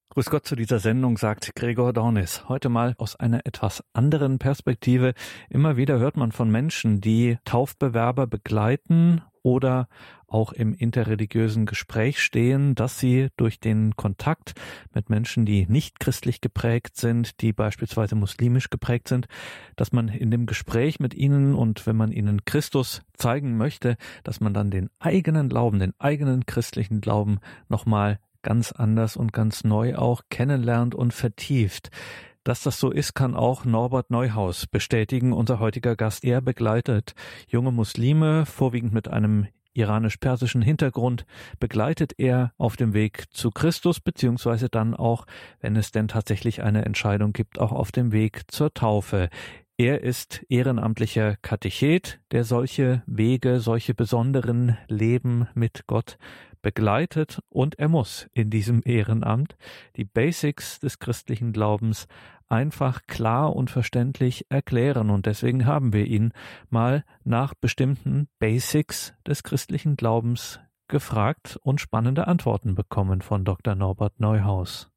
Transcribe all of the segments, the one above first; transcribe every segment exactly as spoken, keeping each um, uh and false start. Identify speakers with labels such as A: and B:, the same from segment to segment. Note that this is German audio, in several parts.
A: Grüß Gott zu dieser Sendung, sagt Gregor Dornis. Heute mal aus einer etwas anderen Perspektive. Immer wieder hört man von Menschen, die Taufbewerber begleiten oder auch im interreligiösen Gespräch stehen, dass sie durch den Kontakt mit Menschen, die nicht christlich geprägt sind, die beispielsweise muslimisch geprägt sind, dass man in dem Gespräch mit ihnen und wenn man ihnen Christus zeigen möchte, dass man dann den eigenen Glauben, den eigenen christlichen Glauben nochmal ganz anders und ganz neu auch kennenlernt und vertieft. Dass das so ist, kann auch Norbert Neuhaus bestätigen, unser heutiger Gast. Er begleitet junge Muslime, vorwiegend mit einem iranisch-persischen Hintergrund, begleitet er auf dem Weg zu Christus, beziehungsweise dann auch, wenn es denn tatsächlich eine Entscheidung gibt, auch auf dem Weg zur Taufe. Er ist ehrenamtlicher Katechet, der solche Wege, solche besonderen Leben mit Gott begleitet, und er muss in diesem Ehrenamt die Basics des christlichen Glaubens einfach klar und verständlich erklären. Und deswegen haben wir ihn mal nach bestimmten Basics des christlichen Glaubens gefragt und spannende Antworten bekommen von Doktor Norbert Neuhaus.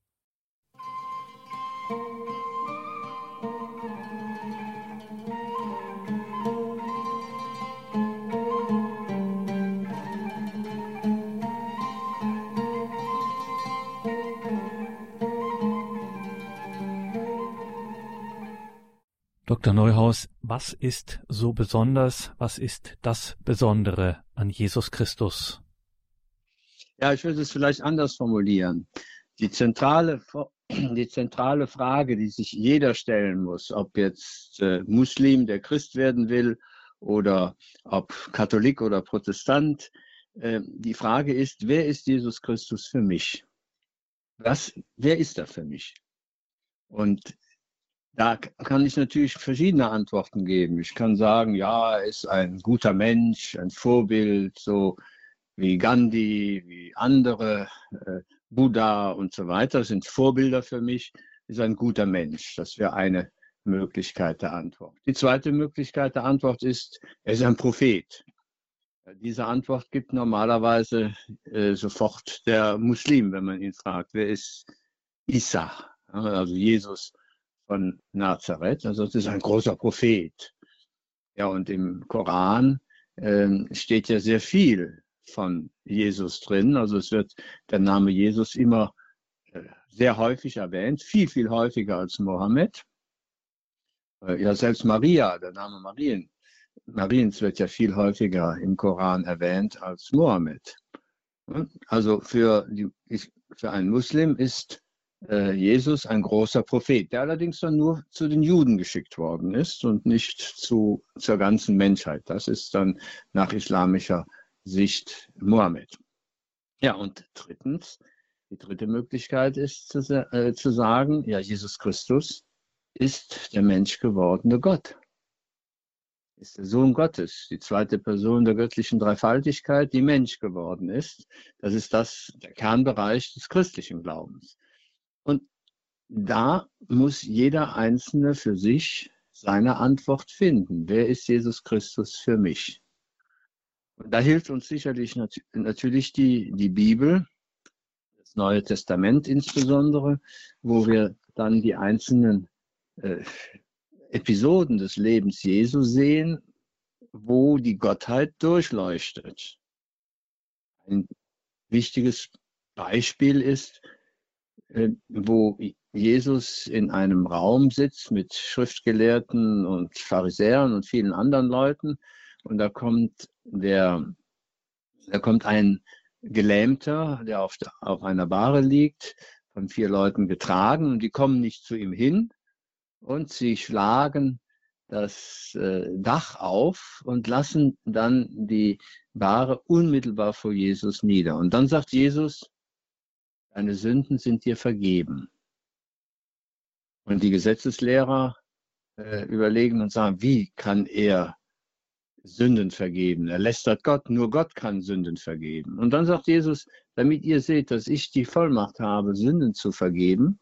A: Doktor Neuhaus, was ist so besonders, was ist das Besondere an Jesus Christus?
B: Ja, ich würde es vielleicht anders formulieren. Die zentrale, die zentrale Frage, die sich jeder stellen muss, ob jetzt äh, Muslim, der Christ werden will, oder ob Katholik oder Protestant, äh, die Frage ist, wer ist Jesus Christus für mich? Was, wer ist er für mich? Und da kann ich natürlich verschiedene Antworten geben. Ich kann sagen, ja, er ist ein guter Mensch, ein Vorbild, so wie Gandhi, wie andere, äh, Buddha und so weiter, sind Vorbilder für mich, ist ein guter Mensch. Das wäre eine Möglichkeit der Antwort. Die zweite Möglichkeit der Antwort ist, er ist ein Prophet. Diese Antwort gibt normalerweise äh, sofort der Muslim, wenn man ihn fragt, wer ist Isa, also Jesus von Nazareth, also das ist ein großer Prophet. Ja, und im Koran äh, steht ja sehr viel von Jesus drin, also es wird der Name Jesus immer äh, sehr häufig erwähnt, viel, viel häufiger als Mohammed. Äh, ja, selbst Maria, der Name Marien, Mariens wird ja viel häufiger im Koran erwähnt als Mohammed. Also für, die, für einen Muslim ist Jesus ein großer Prophet, der allerdings dann nur zu den Juden geschickt worden ist und nicht zu, zur ganzen Menschheit. Das ist dann nach islamischer Sicht Mohammed. Ja, und drittens, die dritte Möglichkeit ist zu, äh, zu sagen, ja, Jesus Christus ist der menschgewordene Gott. Ist der Sohn Gottes, die zweite Person der göttlichen Dreifaltigkeit, die Mensch geworden ist. Das ist das, der Kernbereich des christlichen Glaubens. Und da muss jeder Einzelne für sich seine Antwort finden. Wer ist Jesus Christus für mich? Und da hilft uns sicherlich nat- natürlich die, die Bibel, das Neue Testament insbesondere, wo wir dann die einzelnen äh, Episoden des Lebens Jesu sehen, wo die Gottheit durchleuchtet. Ein wichtiges Beispiel ist, wo Jesus in einem Raum sitzt mit Schriftgelehrten und Pharisäern und vielen anderen Leuten, und da kommt der, da kommt ein Gelähmter, der auf, der auf einer Bahre liegt, von vier Leuten getragen, und die kommen nicht zu ihm hin und sie schlagen das äh, Dach auf und lassen dann die Bahre unmittelbar vor Jesus nieder. Und dann sagt Jesus, deine Sünden sind dir vergeben. Und die Gesetzeslehrer äh, überlegen und sagen, wie kann er Sünden vergeben? Er lästert Gott, nur Gott kann Sünden vergeben. Und dann sagt Jesus, damit ihr seht, dass ich die Vollmacht habe, Sünden zu vergeben,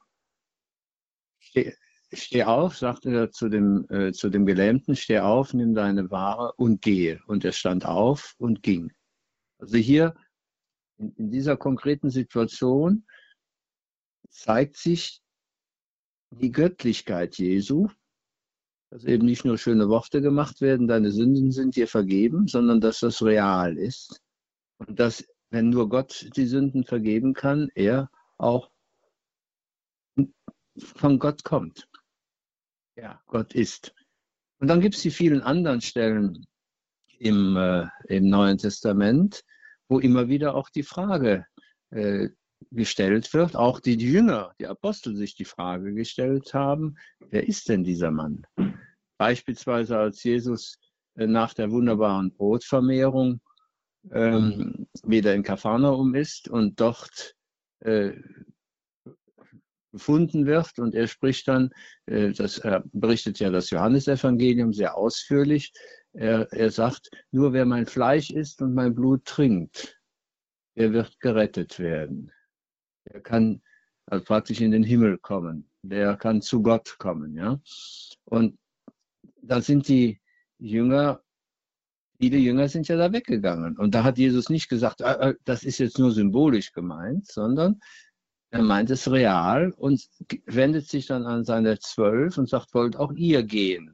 B: steh, steh auf, sagt er zu dem, äh, zu dem Gelähmten, steh auf, nimm deine Ware und gehe. Und er stand auf und ging. Also hier in, in dieser konkreten Situation zeigt sich die Göttlichkeit Jesu, dass eben nicht nur schöne Worte gemacht werden, deine Sünden sind dir vergeben, sondern dass das real ist. Und dass, wenn nur Gott die Sünden vergeben kann, er auch von Gott kommt. Ja, Gott ist. Und dann gibt es die vielen anderen Stellen im, äh, im Neuen Testament, wo immer wieder auch die Frage äh, gestellt wird, auch die Jünger, die Apostel sich die Frage gestellt haben, wer ist denn dieser Mann? Beispielsweise als Jesus äh, nach der wunderbaren Brotvermehrung ähm, wieder in Kapharnaum ist und dort äh, gefunden wird, und er spricht dann, äh, das er berichtet ja das Johannesevangelium sehr ausführlich, er, er sagt, nur wer mein Fleisch isst und mein Blut trinkt, der wird gerettet werden. Der kann also praktisch in den Himmel kommen, der kann zu Gott kommen. Ja? Und da sind die Jünger, viele Jünger sind ja da weggegangen. Und da hat Jesus nicht gesagt, ah, das ist jetzt nur symbolisch gemeint, sondern er meint es real und wendet sich dann an seine Zwölf und sagt, wollt auch ihr gehen?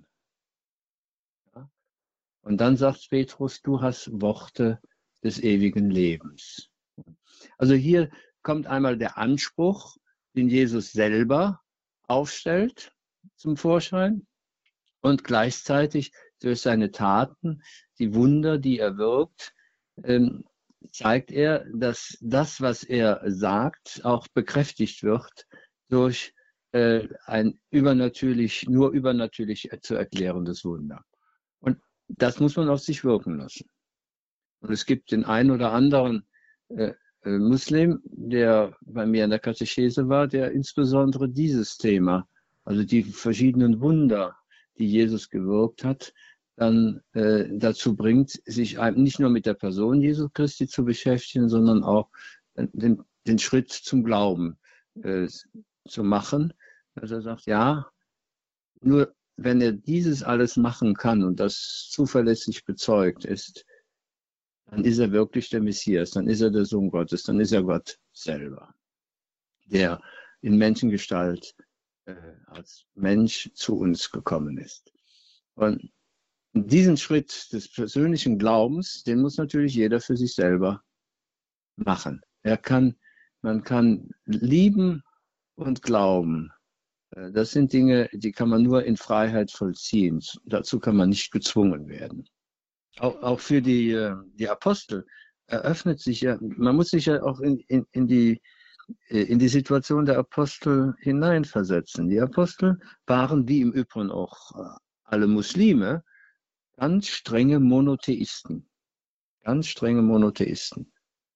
B: Ja? Und dann sagt Petrus, du hast Worte des ewigen Lebens. Also hier kommt einmal der Anspruch, den Jesus selber aufstellt, zum Vorschein und gleichzeitig durch seine Taten, die Wunder, die er wirkt, ähm, zeigt er, dass das, was er sagt, auch bekräftigt wird durch äh, ein übernatürlich, nur übernatürlich zu erklärendes Wunder. Und das muss man auf sich wirken lassen. Und es gibt den einen oder anderen äh, äh, Muslim, der bei mir in der Katechese war, der insbesondere dieses Thema, also die verschiedenen Wunder, die Jesus gewirkt hat, dann äh, dazu bringt, sich nicht nur mit der Person Jesu Christi zu beschäftigen, sondern auch den, den Schritt zum Glauben äh, zu machen. Dass er sagt, ja, nur wenn er dieses alles machen kann und das zuverlässig bezeugt ist, dann ist er wirklich der Messias, dann ist er der Sohn Gottes, dann ist er Gott selber, der in Menschengestalt äh, als Mensch zu uns gekommen ist. Und diesen Schritt des persönlichen Glaubens, den muss natürlich jeder für sich selber machen. Er kann, man kann lieben und glauben. Das sind Dinge, die kann man nur in Freiheit vollziehen. Dazu kann man nicht gezwungen werden. Auch, auch für die, die Apostel eröffnet sich ja, man muss sich ja auch in, in, in, die, in die Situation der Apostel hineinversetzen. Die Apostel waren, wie im Übrigen auch alle Muslime, ganz strenge Monotheisten. Ganz strenge Monotheisten.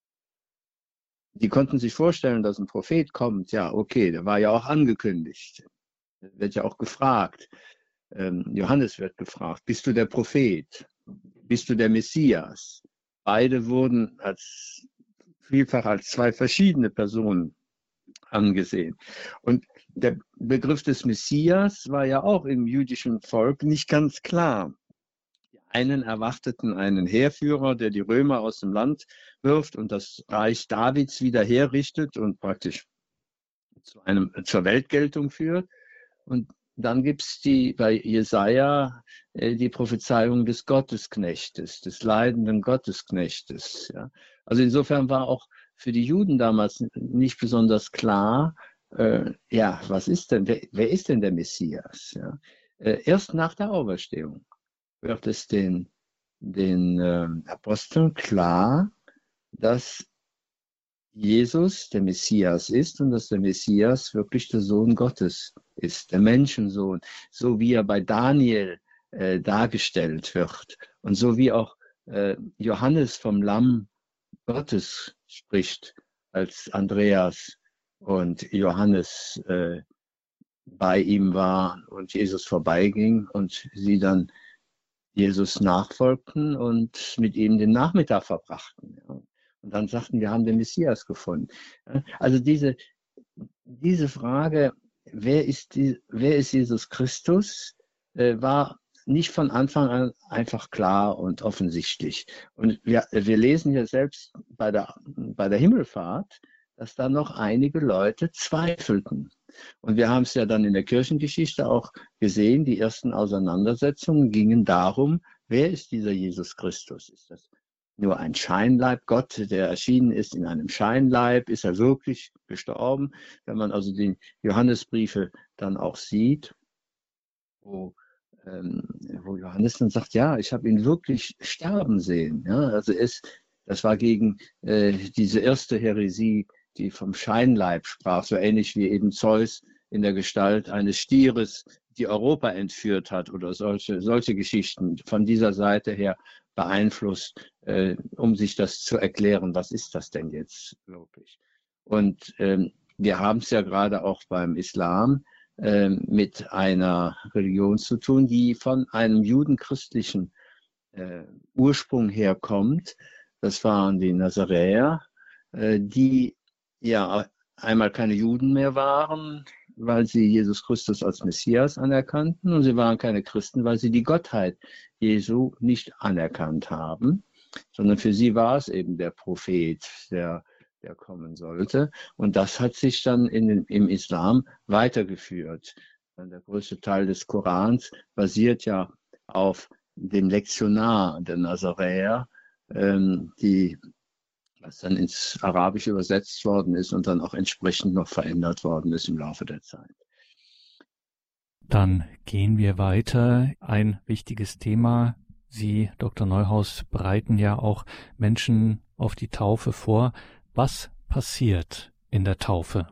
B: Die konnten sich vorstellen, dass ein Prophet kommt. Ja, okay, der war ja auch angekündigt. Der wird ja auch gefragt. Ähm, Johannes wird gefragt, bist du der Prophet? Bist du der Messias? Beide wurden als vielfach als zwei verschiedene Personen angesehen. Und der Begriff des Messias war ja auch im jüdischen Volk nicht ganz klar. Die einen erwarteten einen Heerführer, der die Römer aus dem Land wirft und das Reich Davids wieder herrichtet und praktisch zu einem, zur Weltgeltung führt. Und dann gibt es die, bei Jesaja äh, die Prophezeiung des Gottesknechtes, des leidenden Gottesknechtes. Ja. Also insofern war auch für die Juden damals nicht besonders klar, äh, ja, was ist denn, wer, wer ist denn der Messias? Ja. Äh, erst nach der Auferstehung wird es den, den äh, Aposteln klar, dass Jesus der Messias ist und dass der Messias wirklich der Sohn Gottes ist, der Menschensohn, so wie er bei Daniel äh, dargestellt wird und so wie auch äh, Johannes vom Lamm Gottes spricht, als Andreas und Johannes äh, bei ihm war und Jesus vorbeiging und sie dann Jesus nachfolgten und mit ihm den Nachmittag verbrachten. Ja. Und dann sagten, wir haben den Messias gefunden. Also diese, diese Frage, wer ist, die, wer ist Jesus Christus, äh, war nicht von Anfang an einfach klar und offensichtlich. Und wir, wir lesen ja selbst bei der, bei der Himmelfahrt, dass da noch einige Leute zweifelten. Und wir haben es ja dann in der Kirchengeschichte auch gesehen, die ersten Auseinandersetzungen gingen darum, wer ist dieser Jesus Christus? Ist das nur ein Scheinleib Gott, der erschienen ist in einem Scheinleib? Ist er wirklich gestorben? Wenn man also die Johannesbriefe dann auch sieht, wo, ähm, wo Johannes dann sagt, ja, ich habe ihn wirklich sterben sehen. Ja, also es, das war gegen äh, diese erste Häresie, die vom Scheinleib sprach, so ähnlich wie eben Zeus in der Gestalt eines Stieres, die Europa entführt hat oder solche, solche Geschichten von dieser Seite her beeinflusst, äh, um sich das zu erklären, was ist das denn jetzt wirklich? Und ähm, wir haben es ja gerade auch beim Islam äh, mit einer Religion zu tun, die von einem judenchristlichen äh, Ursprung herkommt. Das waren die Nazaräer, äh, die ja einmal keine Juden mehr waren, weil sie Jesus Christus als Messias anerkannten, und sie waren keine Christen, weil sie die Gottheit Jesu nicht anerkannt haben, sondern für sie war es eben der Prophet, der, der kommen sollte. Und das hat sich dann in den, im Islam weitergeführt. Der größte Teil des Korans basiert ja auf dem Lektionar der Nazaräer, ähm, die was dann ins Arabische übersetzt worden ist und dann auch entsprechend noch verändert worden ist im Laufe der Zeit.
A: Dann gehen wir weiter. Ein wichtiges Thema. Sie, Doktor Neuhaus, bereiten ja auch Menschen auf die Taufe vor. Was passiert in der Taufe?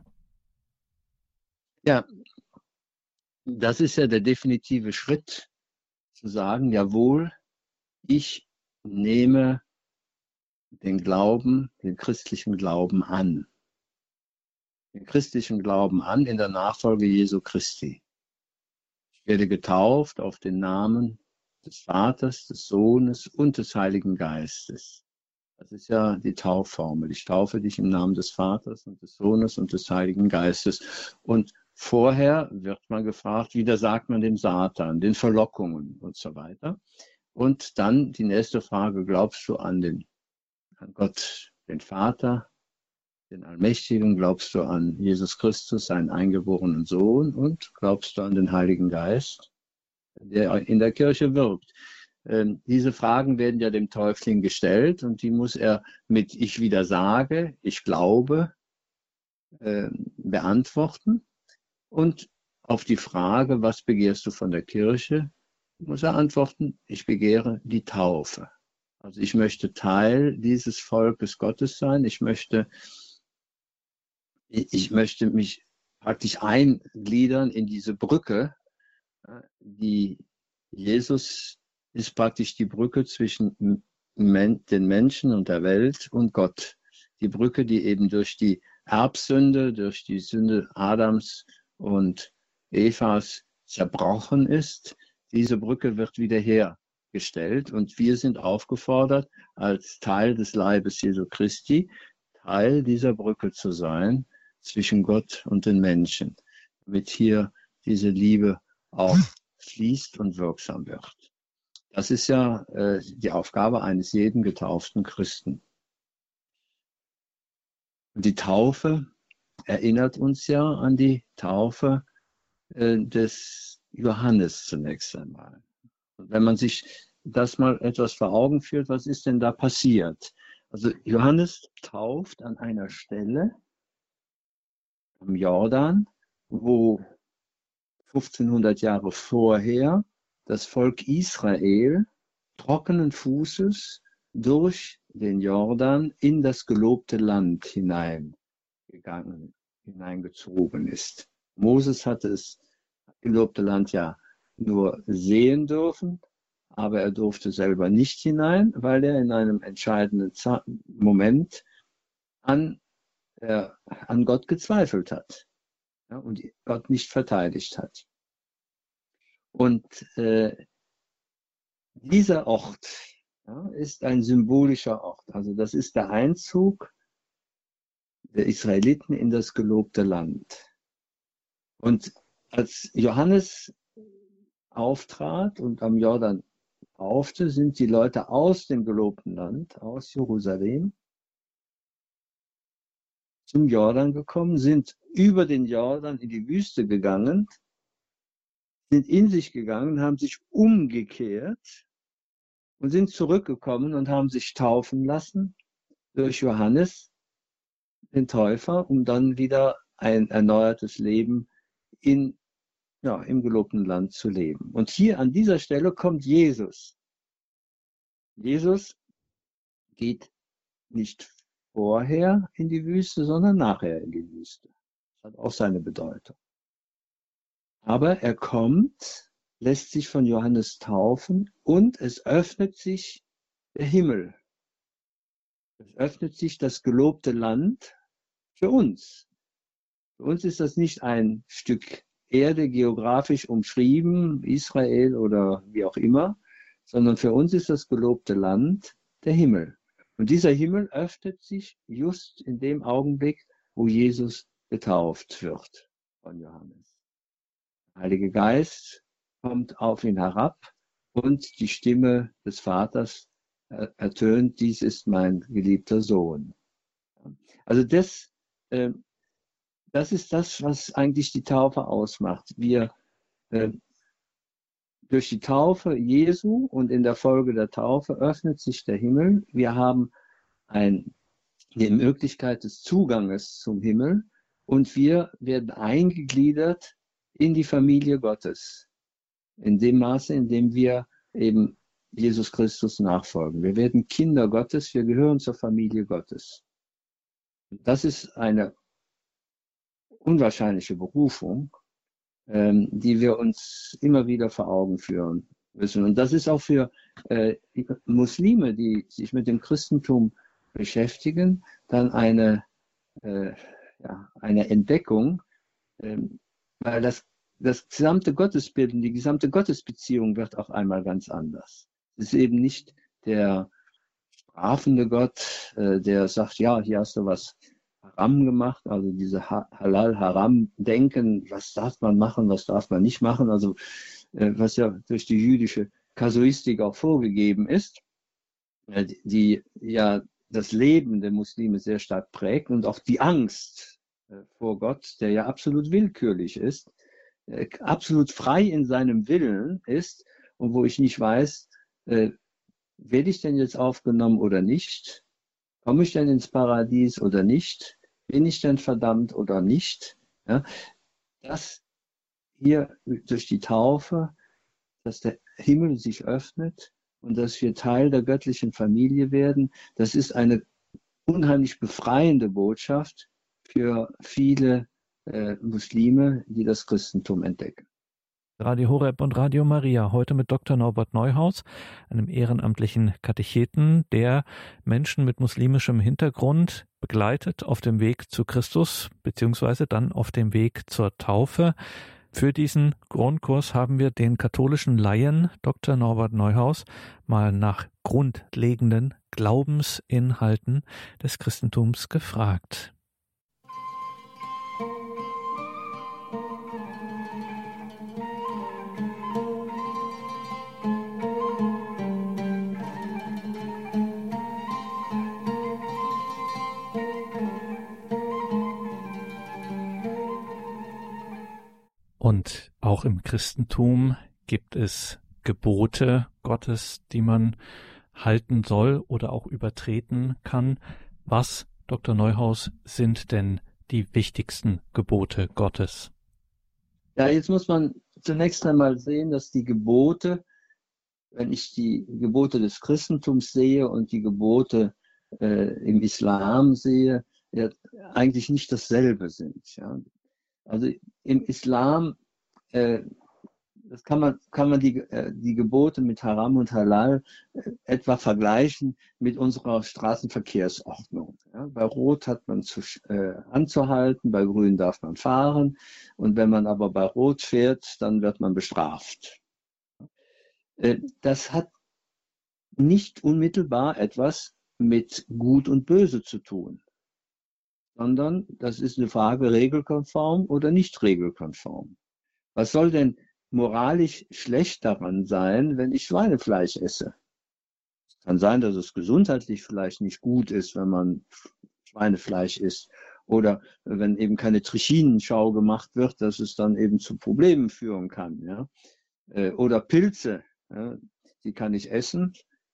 B: Ja, das ist ja der definitive Schritt, zu sagen, jawohl, ich nehme den Glauben, den christlichen Glauben an. Den christlichen Glauben an in der Nachfolge Jesu Christi. Ich werde getauft auf den Namen des Vaters, des Sohnes und des Heiligen Geistes. Das ist ja die Taufformel. Ich taufe dich im Namen des Vaters und des Sohnes und des Heiligen Geistes. Und vorher wird man gefragt, wie sagt man dem Satan, den Verlockungen und so weiter. Und dann die nächste Frage, glaubst du an den an Gott, den Vater, den Allmächtigen, glaubst du an Jesus Christus, seinen eingeborenen Sohn, und glaubst du an den Heiligen Geist, der in der Kirche wirkt? Ähm, diese Fragen werden ja dem Täufling gestellt, und die muss er mit ich wieder sage, ich glaube, äh, beantworten. Und auf die Frage, was begehrst du von der Kirche, muss er antworten, ich begehre die Taufe. Also ich möchte Teil dieses Volkes Gottes sein. Ich möchte, ich möchte mich praktisch eingliedern in diese Brücke, die Jesus ist praktisch die Brücke zwischen den Menschen und der Welt und Gott. Die Brücke, die eben durch die Erbsünde, durch die Sünde Adams und Evas zerbrochen ist. Diese Brücke wird wieder hergestellt, und wir sind aufgefordert, als Teil des Leibes Jesu Christi, Teil dieser Brücke zu sein zwischen Gott und den Menschen, damit hier diese Liebe auch fließt und wirksam wird. Das ist ja äh, die Aufgabe eines jeden getauften Christen. Und die Taufe erinnert uns ja an die Taufe äh, des Johannes zunächst einmal. Und wenn man sich das mal etwas vor Augen führt, was ist denn da passiert? Also Johannes tauft an einer Stelle am Jordan, wo fünfzehnhundert Jahre vorher das Volk Israel trockenen Fußes durch den Jordan in das gelobte Land hineingegangen, hineingezogen ist. Moses hatte das gelobte Land ja nur sehen dürfen, aber er durfte selber nicht hinein, weil er in einem entscheidenden Moment an, äh, an Gott gezweifelt hat, ja, und Gott nicht verteidigt hat. Und äh, dieser Ort, ja, ist ein symbolischer Ort. Also das ist der Einzug der Israeliten in das gelobte Land. Und als Johannes auftrat und am Jordan taufte, sind die Leute aus dem gelobten Land, aus Jerusalem, zum Jordan gekommen, sind über den Jordan in die Wüste gegangen, sind in sich gegangen, haben sich umgekehrt und sind zurückgekommen und haben sich taufen lassen durch Johannes, den Täufer, um dann wieder ein erneuertes Leben in, ja, im gelobten Land zu leben. Und hier an dieser Stelle kommt Jesus. Jesus geht nicht vorher in die Wüste, sondern nachher in die Wüste. Das hat auch seine Bedeutung. Aber er kommt, lässt sich von Johannes taufen und es öffnet sich der Himmel. Es öffnet sich das gelobte Land für uns. Für uns ist das nicht ein Stück Erde geografisch umschrieben, Israel oder wie auch immer, sondern für uns ist das gelobte Land der Himmel. Und dieser Himmel öffnet sich just in dem Augenblick, wo Jesus getauft wird von Johannes. Der Heilige Geist kommt auf ihn herab und die Stimme des Vaters ertönt, dies ist mein geliebter Sohn. Also das, äh, das ist das, was eigentlich die Taufe ausmacht. Wir äh, durch die Taufe Jesu und in der Folge der Taufe öffnet sich der Himmel. Wir haben ein, die Möglichkeit des Zuganges zum Himmel und wir werden eingegliedert in die Familie Gottes. In dem Maße, in dem wir eben Jesus Christus nachfolgen. Wir werden Kinder Gottes, wir gehören zur Familie Gottes. Das ist eine unwahrscheinliche Berufung, ähm, die wir uns immer wieder vor Augen führen müssen. Und das ist auch für äh, Muslime, die sich mit dem Christentum beschäftigen, dann eine, äh, ja, eine Entdeckung, äh, weil das, das gesamte Gottesbild und die gesamte Gottesbeziehung wird auf einmal ganz anders. Es ist eben nicht der strafende Gott, äh, der sagt, ja, hier hast du was Haram gemacht, also diese Halal-Haram-Denken, was darf man machen, was darf man nicht machen, also äh, was ja durch die jüdische Kasuistik auch vorgegeben ist, äh, die ja das Leben der Muslime sehr stark prägt und auch die Angst äh, vor Gott, der ja absolut willkürlich ist, äh, absolut frei in seinem Willen ist und wo ich nicht weiß, äh, werde ich denn jetzt aufgenommen oder nicht? Komme ich denn ins Paradies oder nicht? Bin ich denn verdammt oder nicht? Ja, das hier durch die Taufe, dass der Himmel sich öffnet und dass wir Teil der göttlichen Familie werden, das ist eine unheimlich befreiende Botschaft für viele äh, Muslime, die das Christentum entdecken.
A: Radio Horeb und Radio Maria, heute mit Doktor Norbert Neuhaus, einem ehrenamtlichen Katecheten, der Menschen mit muslimischem Hintergrund begleitet auf dem Weg zu Christus, beziehungsweise dann auf dem Weg zur Taufe. Für diesen Grundkurs haben wir den katholischen Laien Doktor Norbert Neuhaus mal nach grundlegenden Glaubensinhalten des Christentums gefragt. Und auch im Christentum gibt es Gebote Gottes, die man halten soll oder auch übertreten kann. Was, Doktor Neuhaus, sind denn die wichtigsten Gebote Gottes?
B: Ja, jetzt muss man zunächst einmal sehen, dass die Gebote, wenn ich die Gebote des Christentums sehe und die Gebote äh, im Islam sehe, ja, eigentlich nicht dasselbe sind. Ja. Also im Islam, äh, das kann man, kann man die, äh, die Gebote mit Haram und Halal äh, etwa vergleichen mit unserer Straßenverkehrsordnung. Ja. Bei Rot hat man zu, äh, anzuhalten, bei Grün darf man fahren und wenn man aber bei Rot fährt, dann wird man bestraft. Äh, das hat nicht unmittelbar etwas mit Gut und Böse zu tun, sondern das ist eine Frage regelkonform oder nicht regelkonform. Was soll denn moralisch schlecht daran sein, wenn ich Schweinefleisch esse? Es kann sein, dass es gesundheitlich vielleicht nicht gut ist, wenn man Schweinefleisch isst Oder wenn eben keine Trichинenschau gemacht wird, dass es dann eben zu Problemen führen kann. Ja? Oder Pilze, ja? Die kann ich essen.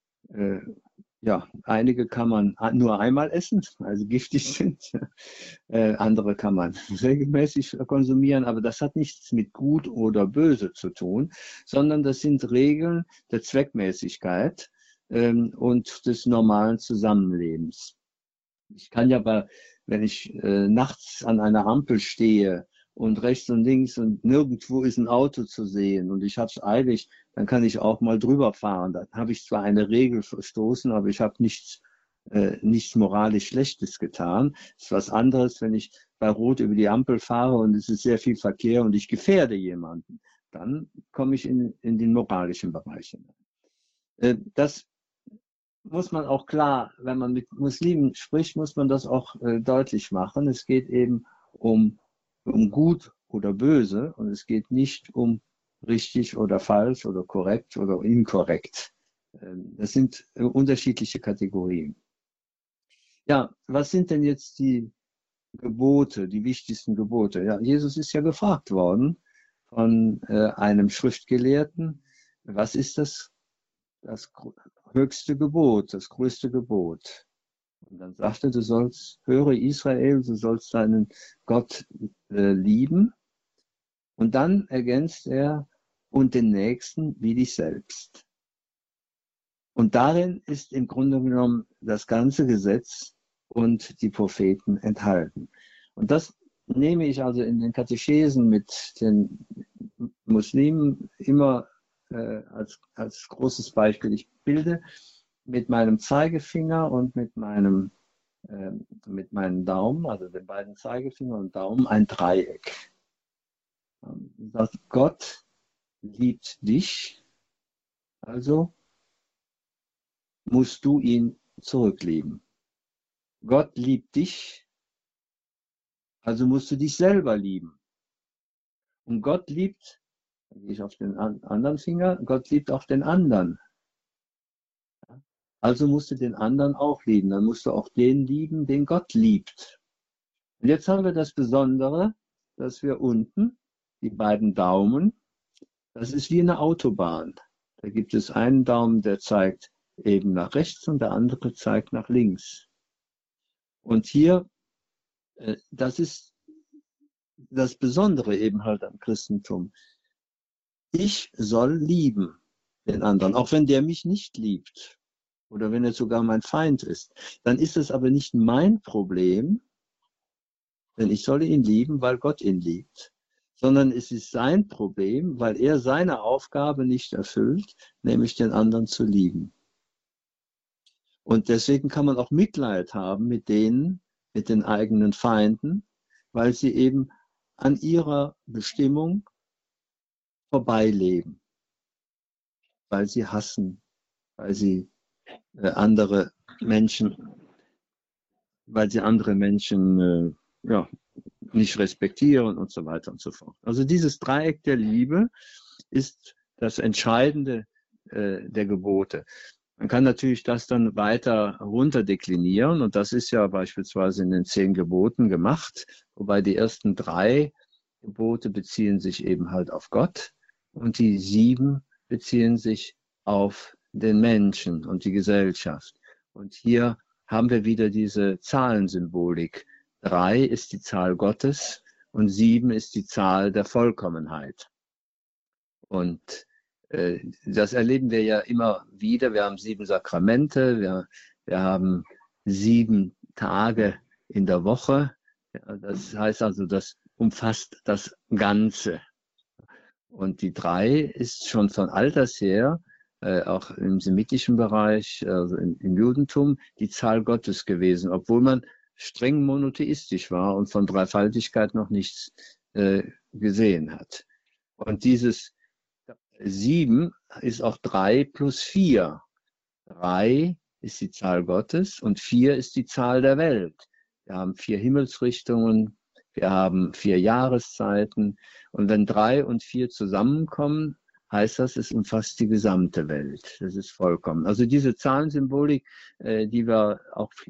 B: Ja, einige kann man nur einmal essen, also giftig sind. Äh, andere kann man regelmäßig konsumieren, aber das hat nichts mit gut oder böse zu tun, sondern das sind Regeln der Zweckmäßigkeit ähm, und des normalen Zusammenlebens. Ich kann ja aber, wenn ich äh, nachts an einer Ampel stehe und rechts und links und nirgendwo ist ein Auto zu sehen und ich habe es eilig, dann kann ich auch mal drüber fahren. Dann habe ich zwar eine Regel verstoßen, aber ich habe nichts, äh, nichts moralisch Schlechtes getan. Es ist was anderes, wenn ich bei Rot über die Ampel fahre und es ist sehr viel Verkehr und ich gefährde jemanden. Dann komme ich in, in den moralischen Bereich hinein. Äh, das muss man auch klar, wenn man mit Muslimen spricht, muss man das auch äh, deutlich machen. Es geht eben um, um gut oder böse und es geht nicht um richtig oder falsch oder korrekt oder inkorrekt. Ähm, das sind äh, unterschiedliche Kategorien. Ja, was sind denn jetzt die Gebote, die wichtigsten Gebote? Ja, Jesus ist ja gefragt worden von äh, einem Schriftgelehrten, was ist das, das höchste Gebot, das größte Gebot? Und dann sagte, du sollst, höre Israel, du sollst deinen Gott äh, lieben. Und dann ergänzt er, und den Nächsten wie dich selbst. Und darin ist im Grunde genommen das ganze Gesetz und die Propheten enthalten. Und das nehme ich also in den Katechesen mit den Muslimen immer äh, als, als großes Beispiel. Ich bilde mit meinem Zeigefinger und mit meinem, äh, mit meinem Daumen, also den beiden Zeigefinger und Daumen, ein Dreieck. Das Gott liebt dich, also musst du ihn zurücklieben. Gott liebt dich, also musst du dich selber lieben. Und Gott liebt, dann gehe ich auf den anderen Finger, Gott liebt auch den anderen. Also musst du den anderen auch lieben. Dann musst du auch den lieben, den Gott liebt. Und jetzt haben wir das Besondere, dass wir unten, die beiden Daumen, das ist wie eine Autobahn. Da gibt es einen Daumen, der zeigt eben nach rechts und der andere zeigt nach links. Und hier, das ist das Besondere eben halt am Christentum. Ich soll lieben den anderen, auch wenn der mich nicht liebt oder wenn er sogar mein Feind ist. Dann ist es aber nicht mein Problem, denn ich soll ihn lieben, weil Gott ihn liebt, sondern es ist sein Problem, weil er seine Aufgabe nicht erfüllt, nämlich den anderen zu lieben. Und deswegen kann man auch Mitleid haben mit denen, mit den eigenen Feinden, weil sie eben an ihrer Bestimmung vorbeileben, weil sie hassen, weil sie äh, andere Menschen, weil sie andere Menschen äh, ja, nicht respektieren und so weiter und so fort. Also dieses Dreieck der Liebe ist das Entscheidende äh, der Gebote. Man kann natürlich das dann weiter runterdeklinieren und das ist ja beispielsweise in den zehn Geboten gemacht, wobei die ersten drei Gebote beziehen sich eben halt auf Gott und die sieben beziehen sich auf den Menschen und die Gesellschaft. Und hier haben wir wieder diese Zahlensymbolik. Drei ist die Zahl Gottes und sieben ist die Zahl der Vollkommenheit. Und äh, das erleben wir ja immer wieder. Wir haben sieben Sakramente, wir, wir haben sieben Tage in der Woche. Ja, das heißt also, das umfasst das Ganze. Und die drei ist schon von alters her, äh, auch im semitischen Bereich, also im, im Judentum, die Zahl Gottes gewesen, obwohl man streng monotheistisch war und von Dreifaltigkeit noch nichts äh, gesehen hat. Und dieses sieben ist auch drei plus vier. Drei ist die Zahl Gottes und vier ist die Zahl der Welt. Wir haben vier Himmelsrichtungen, wir haben vier Jahreszeiten und wenn drei und vier zusammenkommen, heißt das, es umfasst die gesamte Welt. Das ist vollkommen. Also diese Zahlensymbolik, äh, die wir auch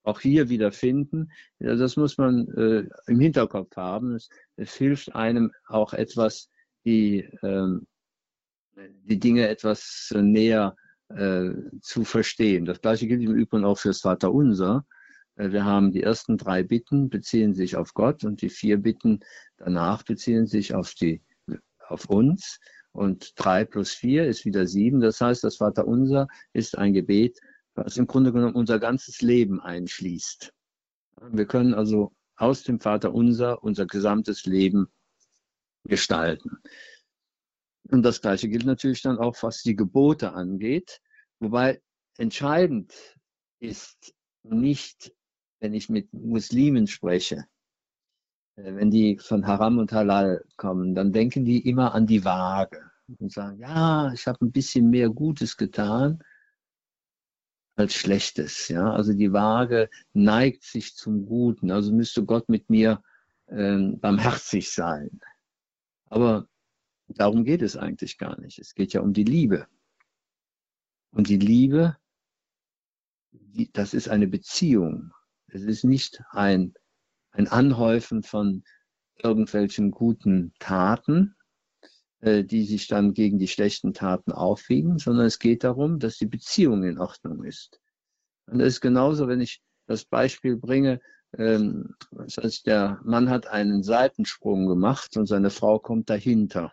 B: auch hier wieder finden. Ja, das muss man äh, im Hinterkopf haben. Es, es hilft einem auch etwas, die, ähm, die Dinge etwas näher äh, zu verstehen. Das Gleiche gilt im Übrigen auch fürs Vaterunser. Äh, wir haben die ersten drei Bitten beziehen sich auf Gott und die vier Bitten danach beziehen sich auf die, auf uns. Und drei plus vier ist wieder sieben. Das heißt, das Vaterunser ist ein Gebet, was im Grunde genommen unser ganzes Leben einschließt. Wir können also aus dem Vaterunser unser gesamtes Leben gestalten. Und das Gleiche gilt natürlich dann auch, was die Gebote angeht. Wobei entscheidend ist nicht, wenn ich mit Muslimen spreche, wenn die von Haram und Halal kommen, dann denken die immer an die Waage und sagen, ja, ich habe ein bisschen mehr Gutes getan als Schlechtes. Ja? Also die Waage neigt sich zum Guten, also müsste Gott mit mir ähm, barmherzig sein. Aber darum geht es eigentlich gar nicht. Es geht ja um die Liebe. Und die Liebe, die, das ist eine Beziehung. Es ist nicht ein, ein Anhäufen von irgendwelchen guten Taten, äh, die sich dann gegen die schlechten Taten aufwiegen, sondern es geht darum, dass die Beziehung in Ordnung ist. Und das ist genauso, wenn ich das Beispiel bringe, ähm, das heißt, der Mann hat einen Seitensprung gemacht und seine Frau kommt dahinter.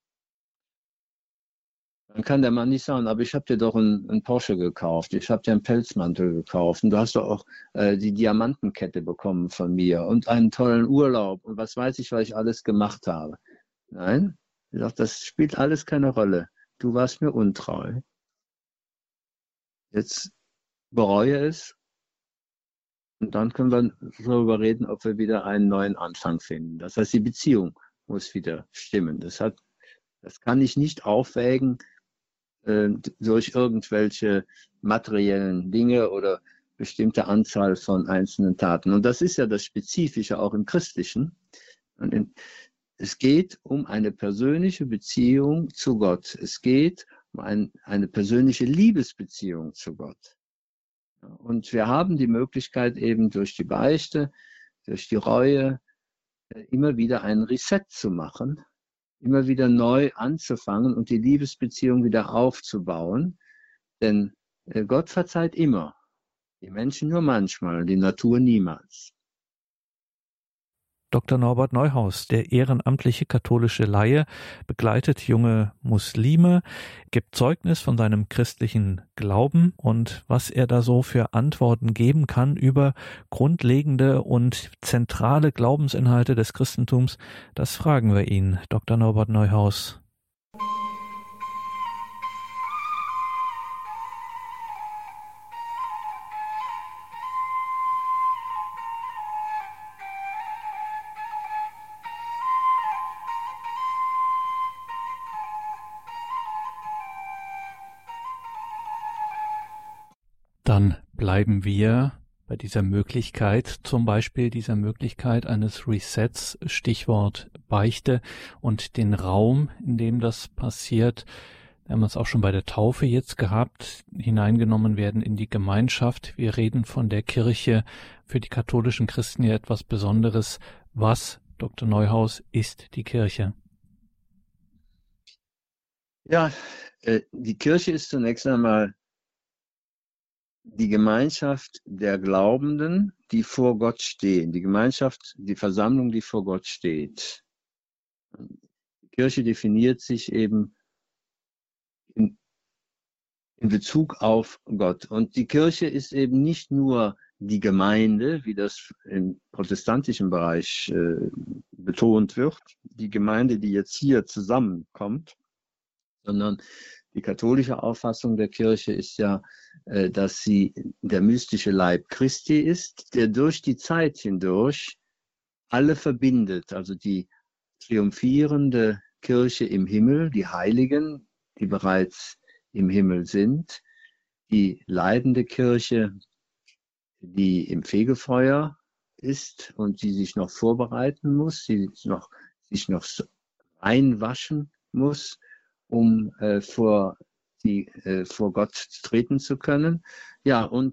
B: Dann kann der Mann nicht sagen, aber ich habe dir doch einen, einen Porsche gekauft, ich habe dir einen Pelzmantel gekauft und du hast doch auch äh, die Diamantenkette bekommen von mir und einen tollen Urlaub und was weiß ich, was ich alles gemacht habe. Nein, ich sage, das spielt alles keine Rolle. Du warst mir untreu. Jetzt bereue es und dann können wir darüber reden, ob wir wieder einen neuen Anfang finden. Das heißt, die Beziehung muss wieder stimmen. Das, hat, das kann ich nicht aufwägen durch irgendwelche materiellen Dinge oder bestimmte Anzahl von einzelnen Taten. Und das ist ja das Spezifische auch im Christlichen. Und in, es geht um eine persönliche Beziehung zu Gott. Es geht um ein, eine persönliche Liebesbeziehung zu Gott. Und wir haben die Möglichkeit eben durch die Beichte, durch die Reue, immer wieder einen Reset zu machen, immer wieder neu anzufangen und die Liebesbeziehung wieder aufzubauen. Denn Gott verzeiht immer. Die Menschen nur manchmal, die Natur niemals.
A: Doktor Norbert Neuhaus, der ehrenamtliche katholische Laie, begleitet junge Muslime, gibt Zeugnis von seinem christlichen Glauben und was er da so für Antworten geben kann über grundlegende und zentrale Glaubensinhalte des Christentums, das fragen wir ihn, Doktor Norbert Neuhaus. Dann bleiben wir bei dieser Möglichkeit, zum Beispiel dieser Möglichkeit eines Resets, Stichwort Beichte und den Raum, in dem das passiert. Wir haben es auch schon bei der Taufe jetzt gehabt, hineingenommen werden in die Gemeinschaft. Wir reden von der Kirche, für die katholischen Christen ja etwas Besonderes. Was, Doktor Neuhaus, ist die Kirche?
B: Ja, äh, die Kirche ist zunächst einmal die Gemeinschaft der Glaubenden, die vor Gott stehen. Die Gemeinschaft, die Versammlung, die vor Gott steht. Die Kirche definiert sich eben in, in Bezug auf Gott. Und die Kirche ist eben nicht nur die Gemeinde, wie das im protestantischen Bereich äh, betont wird, die Gemeinde, die jetzt hier zusammenkommt, sondern die katholische Auffassung der Kirche ist ja, dass sie der mystische Leib Christi ist, der durch die Zeit hindurch alle verbindet. Also die triumphierende Kirche im Himmel, die Heiligen, die bereits im Himmel sind, die leidende Kirche, die im Fegefeuer ist und die sich noch vorbereiten muss, die noch, sich noch reinwaschen muss, um äh, vor, die, äh, vor Gott treten zu können. Ja, und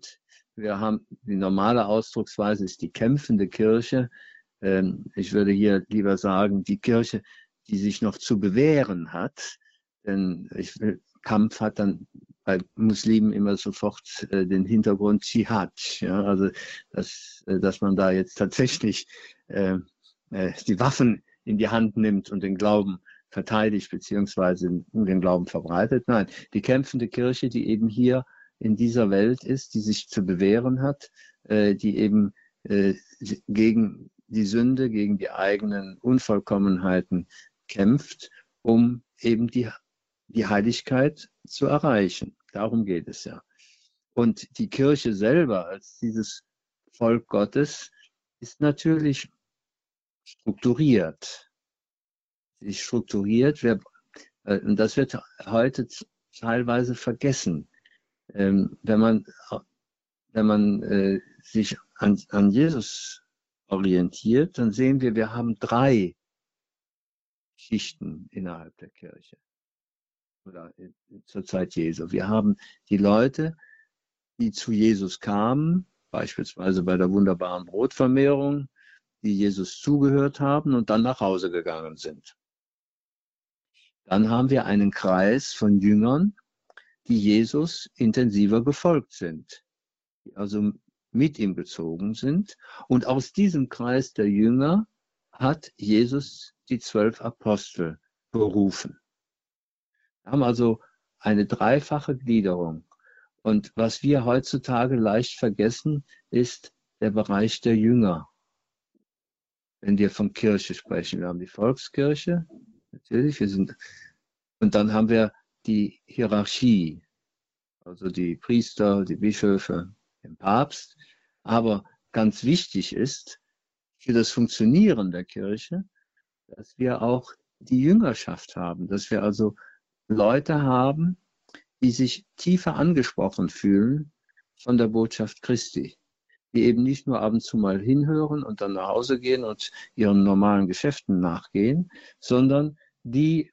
B: Wir haben die normale Ausdrucksweise ist die kämpfende Kirche. Ähm, ich würde hier lieber sagen, die Kirche, die sich noch zu bewähren hat. Denn ich will, Kampf hat dann bei Muslimen immer sofort äh, den Hintergrund Dschihad. Ja? Also, dass, äh, dass man da jetzt tatsächlich äh, äh, die Waffen in die Hand nimmt und den Glauben verteidigt beziehungsweise den Glauben verbreitet. Nein, die kämpfende Kirche, die eben hier in dieser Welt ist, die sich zu bewähren hat, äh, die eben äh, gegen die Sünde, gegen die eigenen Unvollkommenheiten kämpft, um eben die, die Heiligkeit zu erreichen. Darum geht es ja. Und die Kirche selber als dieses Volk Gottes ist natürlich strukturiert. Sie ist strukturiert, wer, äh, und das wird heute teilweise vergessen. Ähm, wenn man, wenn man äh, sich an, an Jesus orientiert, dann sehen wir, wir haben drei Schichten innerhalb der Kirche oder zur Zeit Jesu. Wir haben die Leute, die zu Jesus kamen, beispielsweise bei der wunderbaren Brotvermehrung, die Jesus zugehört haben und dann nach Hause gegangen sind. Dann haben wir einen Kreis von Jüngern, die Jesus intensiver gefolgt sind, die also mit ihm gezogen sind. Und aus diesem Kreis der Jünger hat Jesus die zwölf Apostel berufen. Wir haben also eine dreifache Gliederung. Und was wir heutzutage leicht vergessen, ist der Bereich der Jünger. Wenn wir von Kirche sprechen, wir haben die Volkskirche, natürlich, wir sind, und dann haben wir die Hierarchie, also die Priester, die Bischöfe, den Papst. Aber ganz wichtig ist für das Funktionieren der Kirche, dass wir auch die Jüngerschaft haben, dass wir also Leute haben, die sich tiefer angesprochen fühlen von der Botschaft Christi, die eben nicht nur ab und zu mal hinhören und dann nach Hause gehen und ihren normalen Geschäften nachgehen, sondern die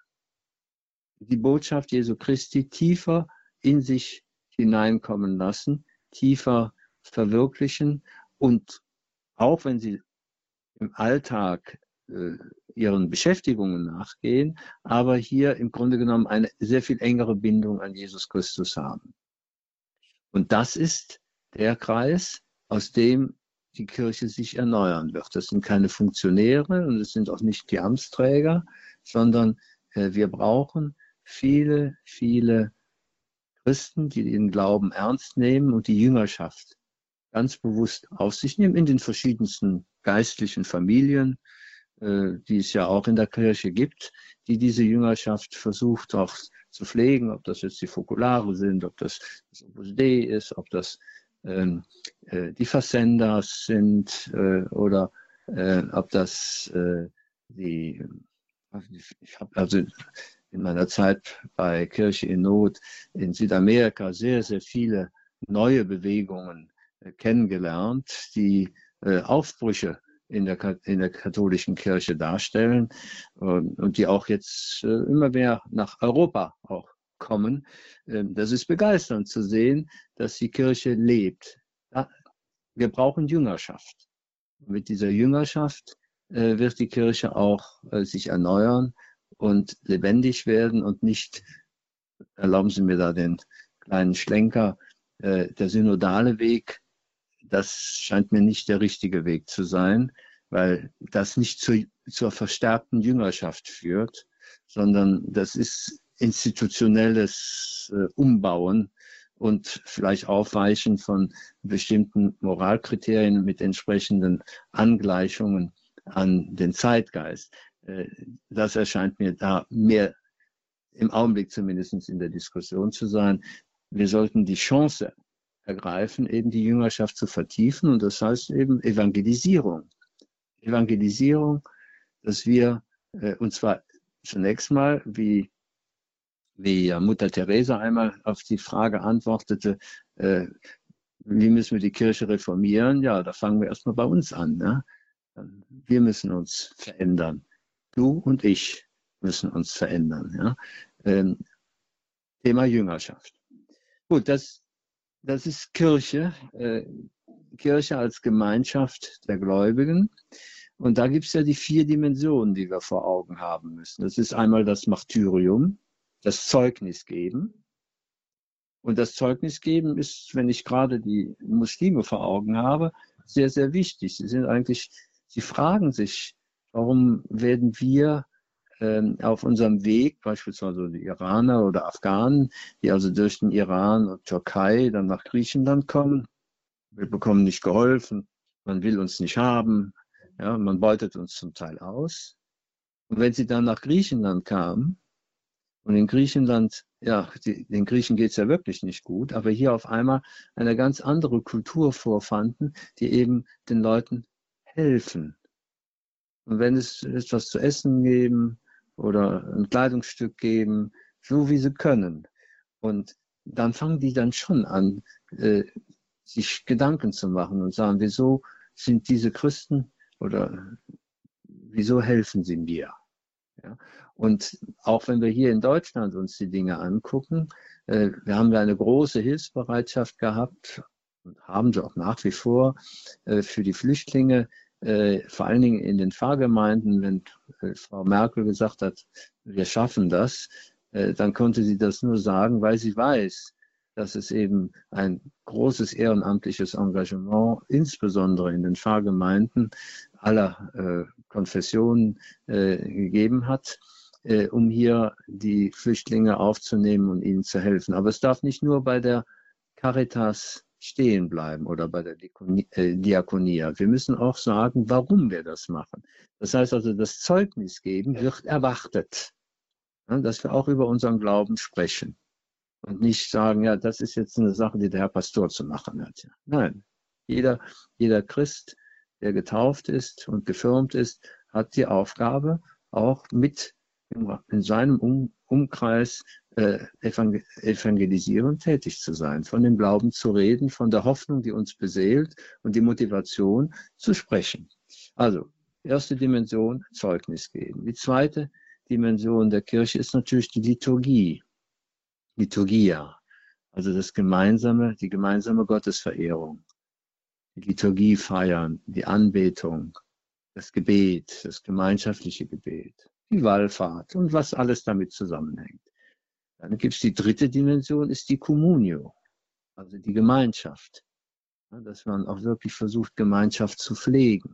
B: die Botschaft Jesu Christi tiefer in sich hineinkommen lassen, tiefer verwirklichen und auch wenn sie im Alltag äh, ihren Beschäftigungen nachgehen, aber hier im Grunde genommen eine sehr viel engere Bindung an Jesus Christus haben. Und das ist der Kreis, aus dem die Kirche sich erneuern wird. Das sind keine Funktionäre und es sind auch nicht die Amtsträger, sondern äh, wir brauchen viele, viele Christen, die den Glauben ernst nehmen und die Jüngerschaft ganz bewusst auf sich nehmen in den verschiedensten geistlichen Familien, äh, die es ja auch in der Kirche gibt, die diese Jüngerschaft versucht auch zu pflegen, ob das jetzt die Fokulare sind, ob das das Opus Dei ist, ob das ähm, äh, die Versenders sind äh, oder äh, ob das äh, die, ich habe also in meiner Zeit bei Kirche in Not in Südamerika sehr, sehr viele neue Bewegungen äh, kennengelernt, die äh, Aufbrüche in der, in der katholischen Kirche darstellen und, und die auch jetzt äh, immer mehr nach Europa auch kommen. Ähm, das ist begeisternd zu sehen, dass die Kirche lebt. Ja, wir brauchen Jüngerschaft. Mit dieser Jüngerschaft äh, wird die Kirche auch äh, sich erneuern und lebendig werden und nicht, erlauben Sie mir da den kleinen Schlenker, äh, der synodale Weg, das scheint mir nicht der richtige Weg zu sein, weil das nicht zu, zur verstärkten Jüngerschaft führt, sondern das ist institutionelles äh, Umbauen und vielleicht Aufweichen von bestimmten Moralkriterien mit entsprechenden Angleichungen an den Zeitgeist. Äh, das erscheint mir da mehr im Augenblick zumindest in der Diskussion zu sein. Wir sollten die Chance ergreifen, eben die Jüngerschaft zu vertiefen. Und das heißt eben Evangelisierung. Evangelisierung, dass wir, äh, und zwar zunächst mal, wie, wie Mutter Teresa einmal auf die Frage antwortete, äh, wie müssen wir die Kirche reformieren? Ja, da fangen wir erstmal bei uns an. Ne? Wir müssen uns verändern. Du und ich müssen uns verändern. Ja? Ähm, Thema Jüngerschaft. Gut, das das ist Kirche, äh, Kirche als Gemeinschaft der Gläubigen. Und da gibt es ja die vier Dimensionen, die wir vor Augen haben müssen. Das ist einmal das Martyrium, das Zeugnis geben. Und das Zeugnis geben ist, wenn ich gerade die Muslime vor Augen habe, sehr, sehr wichtig. Sie sind eigentlich, sie fragen sich, warum werden wir ähm, auf unserem Weg, beispielsweise die Iraner oder Afghanen, die also durch den Iran und Türkei dann nach Griechenland kommen, wir bekommen nicht geholfen, man will uns nicht haben, ja, man beutet uns zum Teil aus. Und wenn sie dann nach Griechenland kamen, und in Griechenland, ja, die, den Griechen geht es ja wirklich nicht gut, aber hier auf einmal eine ganz andere Kultur vorfanden, die eben den Leuten helfen. Und wenn es etwas zu essen geben oder ein Kleidungsstück geben, so wie sie können. Und dann fangen die dann schon an, äh, sich Gedanken zu machen und sagen, wieso sind diese Christen oder wieso helfen sie mir? Ja? Und auch wenn wir hier in Deutschland uns die Dinge angucken, äh, wir haben ja eine große Hilfsbereitschaft gehabt und haben sie auch nach wie vor äh, für die Flüchtlinge, äh, vor allen Dingen in den Pfarrgemeinden. Wenn äh, Frau Merkel gesagt hat, wir schaffen das, äh, dann konnte sie das nur sagen, weil sie weiß, dass es eben ein großes ehrenamtliches Engagement, insbesondere in den Pfarrgemeinden aller äh, Konfessionen äh, gegeben hat, äh, um hier die Flüchtlinge aufzunehmen und ihnen zu helfen. Aber es darf nicht nur bei der Caritas stehen bleiben oder bei der Diakonie. Äh, Diakonie. Wir müssen auch sagen, warum wir das machen. Das heißt also, das Zeugnis geben wird erwartet, ja, dass wir auch über unseren Glauben sprechen. Und nicht sagen, ja, das ist jetzt eine Sache, die der Herr Pastor zu machen hat. Nein, jeder, jeder Christ, der getauft ist und gefirmt ist, hat die Aufgabe, auch mit in seinem um Umkreis äh, evangelisierend tätig zu sein, von dem Glauben zu reden, von der Hoffnung, die uns beseelt und die Motivation zu sprechen. Also, erste Dimension, Zeugnis geben. Die zweite Dimension der Kirche ist natürlich die Liturgie. Liturgia, also das gemeinsame, die gemeinsame Gottesverehrung, die Liturgie feiern, die Anbetung, das Gebet, das gemeinschaftliche Gebet, die Wallfahrt und was alles damit zusammenhängt. Dann gibt es die dritte Dimension, ist die Communio, also die Gemeinschaft, ja, dass man auch wirklich versucht, Gemeinschaft zu pflegen.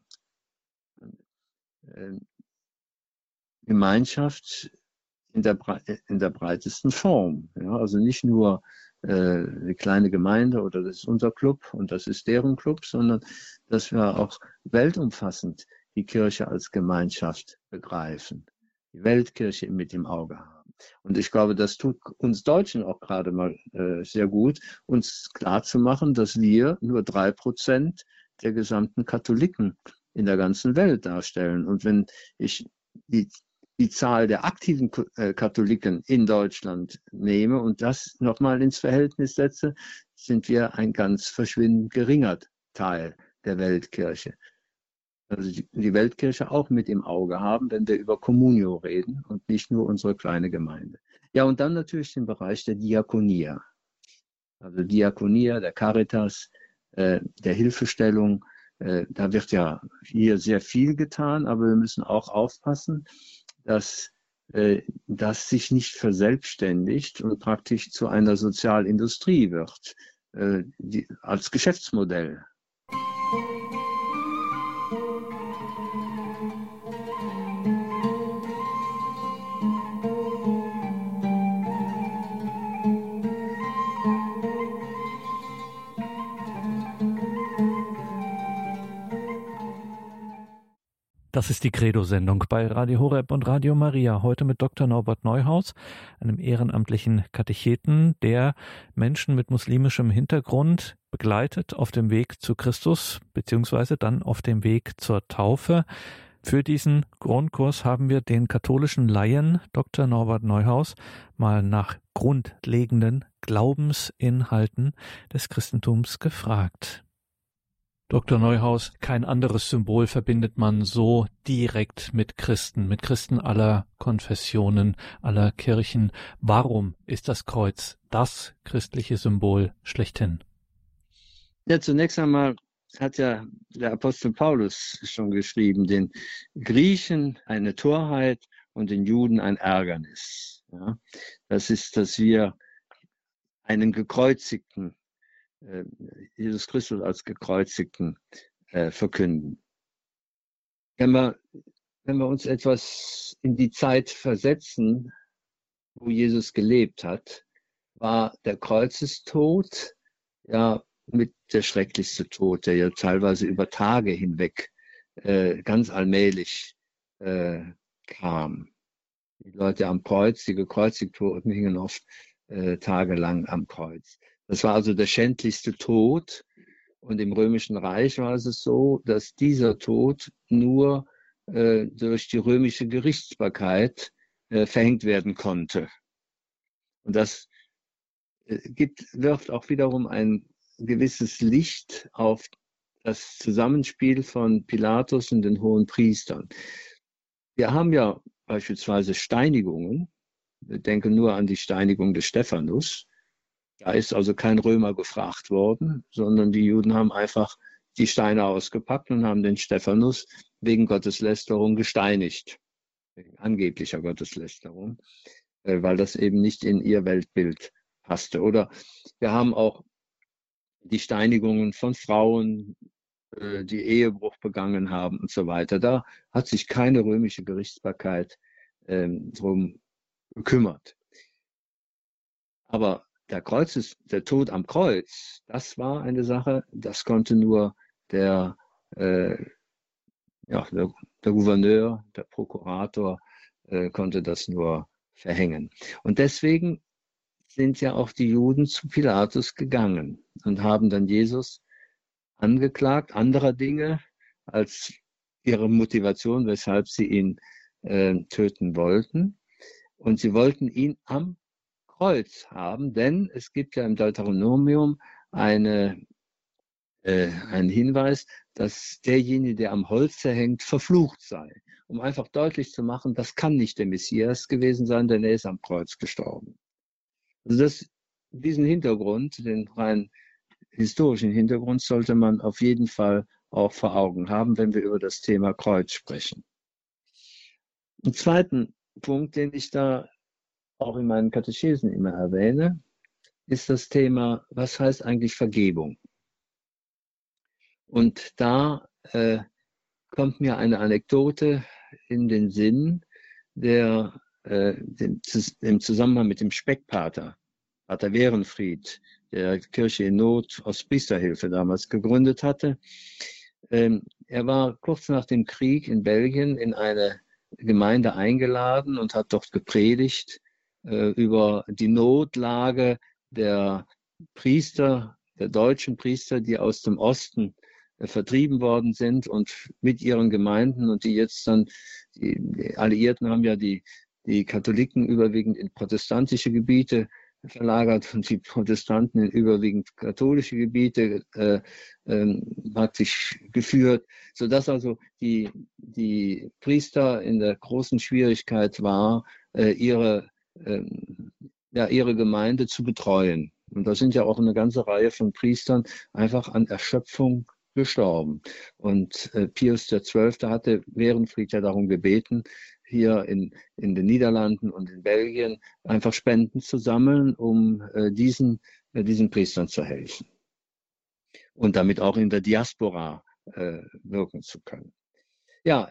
B: Ähm, Gemeinschaft in der, in der breitesten Form. Ja, also nicht nur äh, eine kleine Gemeinde oder das ist unser Club und das ist deren Club, sondern dass wir auch weltumfassend die Kirche als Gemeinschaft begreifen, die Weltkirche mit im Auge haben. Und ich glaube, das tut uns Deutschen auch gerade mal äh, sehr gut, uns klarzumachen, dass wir nur drei Prozent der gesamten Katholiken in der ganzen Welt darstellen. Und wenn ich die die Zahl der aktiven Katholiken in Deutschland nehme und das nochmal ins Verhältnis setze, sind wir ein ganz verschwindend geringer Teil der Weltkirche. Also die Weltkirche auch mit im Auge haben, wenn wir über Communio reden und nicht nur unsere kleine Gemeinde. Ja, und dann natürlich den Bereich der Diakonia. Also Diakonia, der Caritas, äh, der Hilfestellung. Äh, da wird ja hier sehr viel getan, aber wir müssen auch aufpassen, dass äh, das sich nicht verselbstständigt und praktisch zu einer Sozialindustrie wird, äh, die, als Geschäftsmodell.
A: Das ist die Credo-Sendung bei Radio Horeb und Radio Maria. Heute mit Doktor Norbert Neuhaus, einem ehrenamtlichen Katecheten, der Menschen mit muslimischem Hintergrund begleitet auf dem Weg zu Christus, beziehungsweise dann auf dem Weg zur Taufe. Für diesen Grundkurs haben wir den katholischen Laien Doktor Norbert Neuhaus mal nach grundlegenden Glaubensinhalten des Christentums gefragt. Doktor Neuhaus, kein anderes Symbol verbindet man so direkt mit Christen, mit Christen aller Konfessionen, aller Kirchen. Warum ist das Kreuz das christliche Symbol schlechthin?
B: Ja, zunächst einmal hat ja der Apostel Paulus schon geschrieben, den Griechen eine Torheit und den Juden ein Ärgernis. Ja, das ist, dass wir einen gekreuzigten, äh, Jesus Christus als gekreuzigten äh, verkünden. Wenn wir, wenn wir uns etwas in die Zeit versetzen, wo Jesus gelebt hat, war der Kreuzestod ja mit der schrecklichste Tod, der ja teilweise über Tage hinweg äh, ganz allmählich äh, kam. Die Leute am Kreuz, die gekreuzigt wurden, hingen oft äh, tagelang am Kreuz. Das war also der schändlichste Tod. Und im Römischen Reich war es so, dass dieser Tod nur äh, durch die römische Gerichtsbarkeit äh, verhängt werden konnte. Und das äh, gibt, wirft auch wiederum ein gewisses Licht auf das Zusammenspiel von Pilatus und den hohen Priestern. Wir haben ja beispielsweise Steinigungen. Wir denken nur an die Steinigung des Stephanus. Da ist also kein Römer gefragt worden, sondern die Juden haben einfach die Steine ausgepackt und haben den Stephanus wegen Gotteslästerung gesteinigt, wegen angeblicher Gotteslästerung, weil das eben nicht in ihr Weltbild passte. Oder wir haben auch die Steinigungen von Frauen, die Ehebruch begangen haben und so weiter. Da hat sich keine römische Gerichtsbarkeit ähm, drum gekümmert. Aber der Kreuzes, der Tod am Kreuz, das war eine Sache, das konnte nur der, äh, ja, der, der Gouverneur, der Prokurator, äh, konnte das nur verhängen. Und deswegen sind ja auch die Juden zu Pilatus gegangen und haben dann Jesus angeklagt, anderer Dinge als ihre Motivation, weshalb sie ihn äh, töten wollten. Und sie wollten ihn am Kreuz haben, denn es gibt ja im Deuteronomium eine, äh, einen Hinweis, dass derjenige, der am Holz hängt, verflucht sei. Um einfach deutlich zu machen, das kann nicht der Messias gewesen sein, denn er ist am Kreuz gestorben. Also das, diesen Hintergrund, den rein historischen Hintergrund, sollte man auf jeden Fall auch vor Augen haben, wenn wir über das Thema Kreuz sprechen. Einen zweiten Punkt, den ich da auch in meinen Katechesen immer erwähne, ist das Thema, was heißt eigentlich Vergebung? Und da äh, kommt mir eine Anekdote in den Sinn, der äh, dem, im Zusammenhang mit dem Speckpater, Pater Werenfried, der Kirche in Not aus Priesterhilfe damals gegründet hatte. Ähm, er war kurz nach dem Krieg in Belgien in eine Gemeinde eingeladen und hat dort gepredigt äh, über die Notlage der Priester, der deutschen Priester, die aus dem Osten äh, vertrieben worden sind und mit ihren Gemeinden und die jetzt dann, die, die Alliierten haben ja die, die Katholiken überwiegend in protestantische Gebiete verlagert und die Protestanten in überwiegend katholische Gebiete äh, äh, praktisch geführt, sodass also die, die Priester in der großen Schwierigkeit war, äh, ihre, äh, ja, ihre Gemeinde zu betreuen. Und da sind ja auch eine ganze Reihe von Priestern einfach an Erschöpfung gestorben. Und äh, Pius der Zwölfte hatte Werenfried ja darum gebeten, hier in, in den Niederlanden und in Belgien einfach Spenden zu sammeln, um äh, diesen, äh, diesen Priestern zu helfen. Und damit auch in der Diaspora äh, wirken zu können. Ja,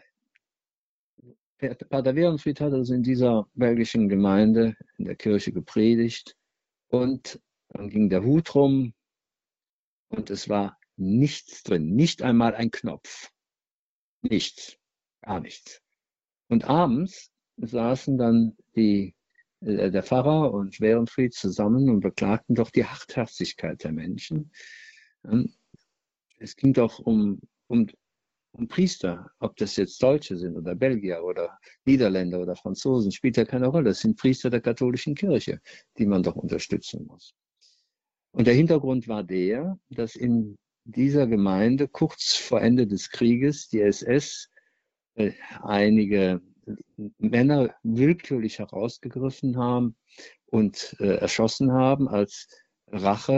B: Pater Werenfried hat also in dieser belgischen Gemeinde in der Kirche gepredigt und dann ging der Hut rum und es war nichts drin, nicht einmal ein Knopf. Nichts, gar nichts. Und abends saßen dann die, äh, der Pfarrer und Werenfried zusammen und beklagten doch die Hartherzigkeit der Menschen. Ähm, es ging doch um, um, um Priester, ob das jetzt Deutsche sind oder Belgier oder Niederländer oder Franzosen, spielt ja keine Rolle. Das sind Priester der katholischen Kirche, die man doch unterstützen muss. Und der Hintergrund war der, dass in dieser Gemeinde kurz vor Ende des Krieges die S S äh, einige Männer willkürlich herausgegriffen haben und äh, erschossen haben als Rache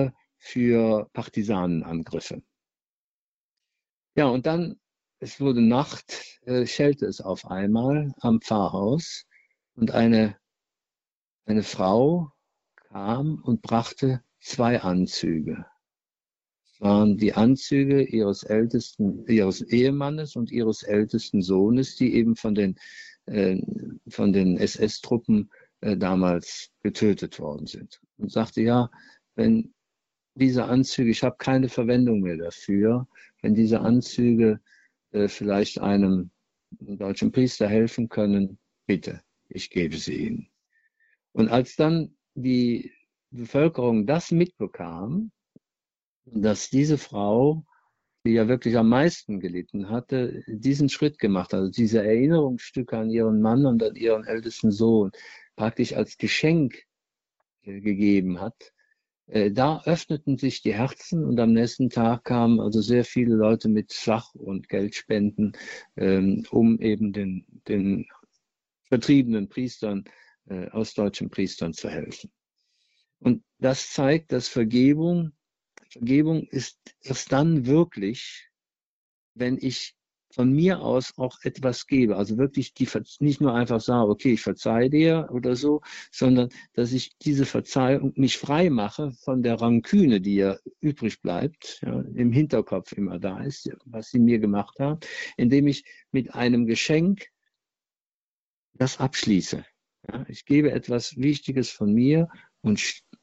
B: für Partisanenangriffe. Ja, und dann, es wurde Nacht, äh, schellte es auf einmal am Pfarrhaus und eine, eine Frau kam und brachte zwei Anzüge. Es waren die Anzüge ihres ältesten, ihres Ehemannes und ihres ältesten Sohnes, die eben von den, äh, von den S S-Truppen äh, damals getötet worden sind. Und sagte, ja, wenn diese Anzüge, ich habe keine Verwendung mehr dafür, wenn diese Anzüge äh, vielleicht einem deutschen Priester helfen können, bitte, ich gebe sie ihnen. Und als dann die Bevölkerung das mitbekam, dass diese Frau, die ja wirklich am meisten gelitten hatte, diesen Schritt gemacht hat, also diese Erinnerungsstücke an ihren Mann und an ihren ältesten Sohn praktisch als Geschenk äh, gegeben hat, äh, da öffneten sich die Herzen und am nächsten Tag kamen also sehr viele Leute mit Sach- und Geldspenden, ähm, um eben den, den vertriebenen Priestern, äh, ostdeutschen Priestern zu helfen. Und das zeigt, dass Vergebung Vergebung ist erst dann wirklich, wenn ich von mir aus auch etwas gebe. Also wirklich die, nicht nur einfach sage, okay, ich verzeihe dir oder so, sondern dass ich diese Verzeihung mich frei mache von der Ranküne, die ja übrig bleibt, ja, im Hinterkopf immer da ist, was sie mir gemacht haben, indem ich mit einem Geschenk das abschließe. Ja, ich gebe etwas Wichtiges von mir und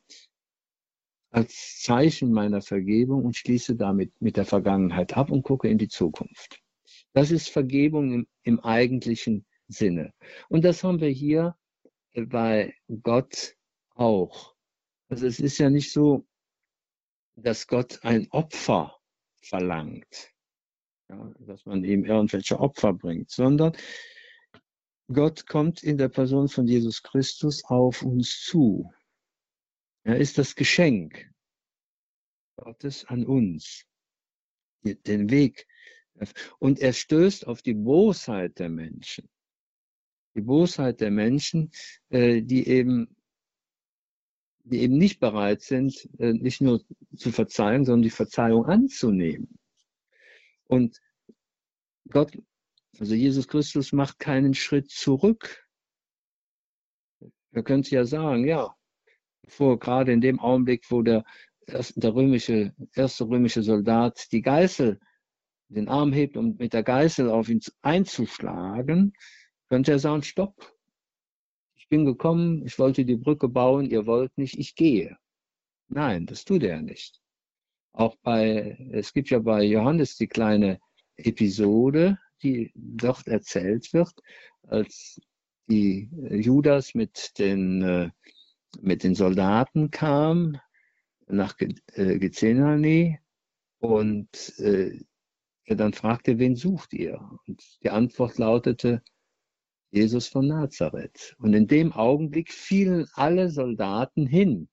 B: als Zeichen meiner Vergebung und schließe damit mit der Vergangenheit ab und gucke in die Zukunft. Das ist Vergebung im, im eigentlichen Sinne. Und das haben wir hier bei Gott auch. Also es ist ja nicht so, dass Gott ein Opfer verlangt, ja, dass man ihm irgendwelche Opfer bringt, sondern Gott kommt in der Person von Jesus Christus auf uns zu. Er ist das Geschenk Gottes an uns, den Weg. Und er stößt auf die Bosheit der Menschen. Die Bosheit der Menschen, äh, die eben, die eben nicht bereit sind, äh, nicht nur zu verzeihen, sondern die Verzeihung anzunehmen. Und Gott, also Jesus Christus, macht keinen Schritt zurück. Wir können ja sagen, ja, vor, gerade in dem Augenblick, wo der, der römische, erste römische Soldat die Geißel, den Arm hebt, um mit der Geißel auf ihn einzuschlagen, könnte er sagen, stopp. Ich bin gekommen, ich wollte die Brücke bauen, ihr wollt nicht, ich gehe. Nein, das tut er nicht. Auch bei, es gibt ja bei Johannes die kleine Episode, die dort erzählt wird, als die Judas mit den, mit den Soldaten kam nach Gethsemane und er dann fragte, wen sucht ihr? Und die Antwort lautete, Jesus von Nazareth. Und in dem Augenblick fielen alle Soldaten hin.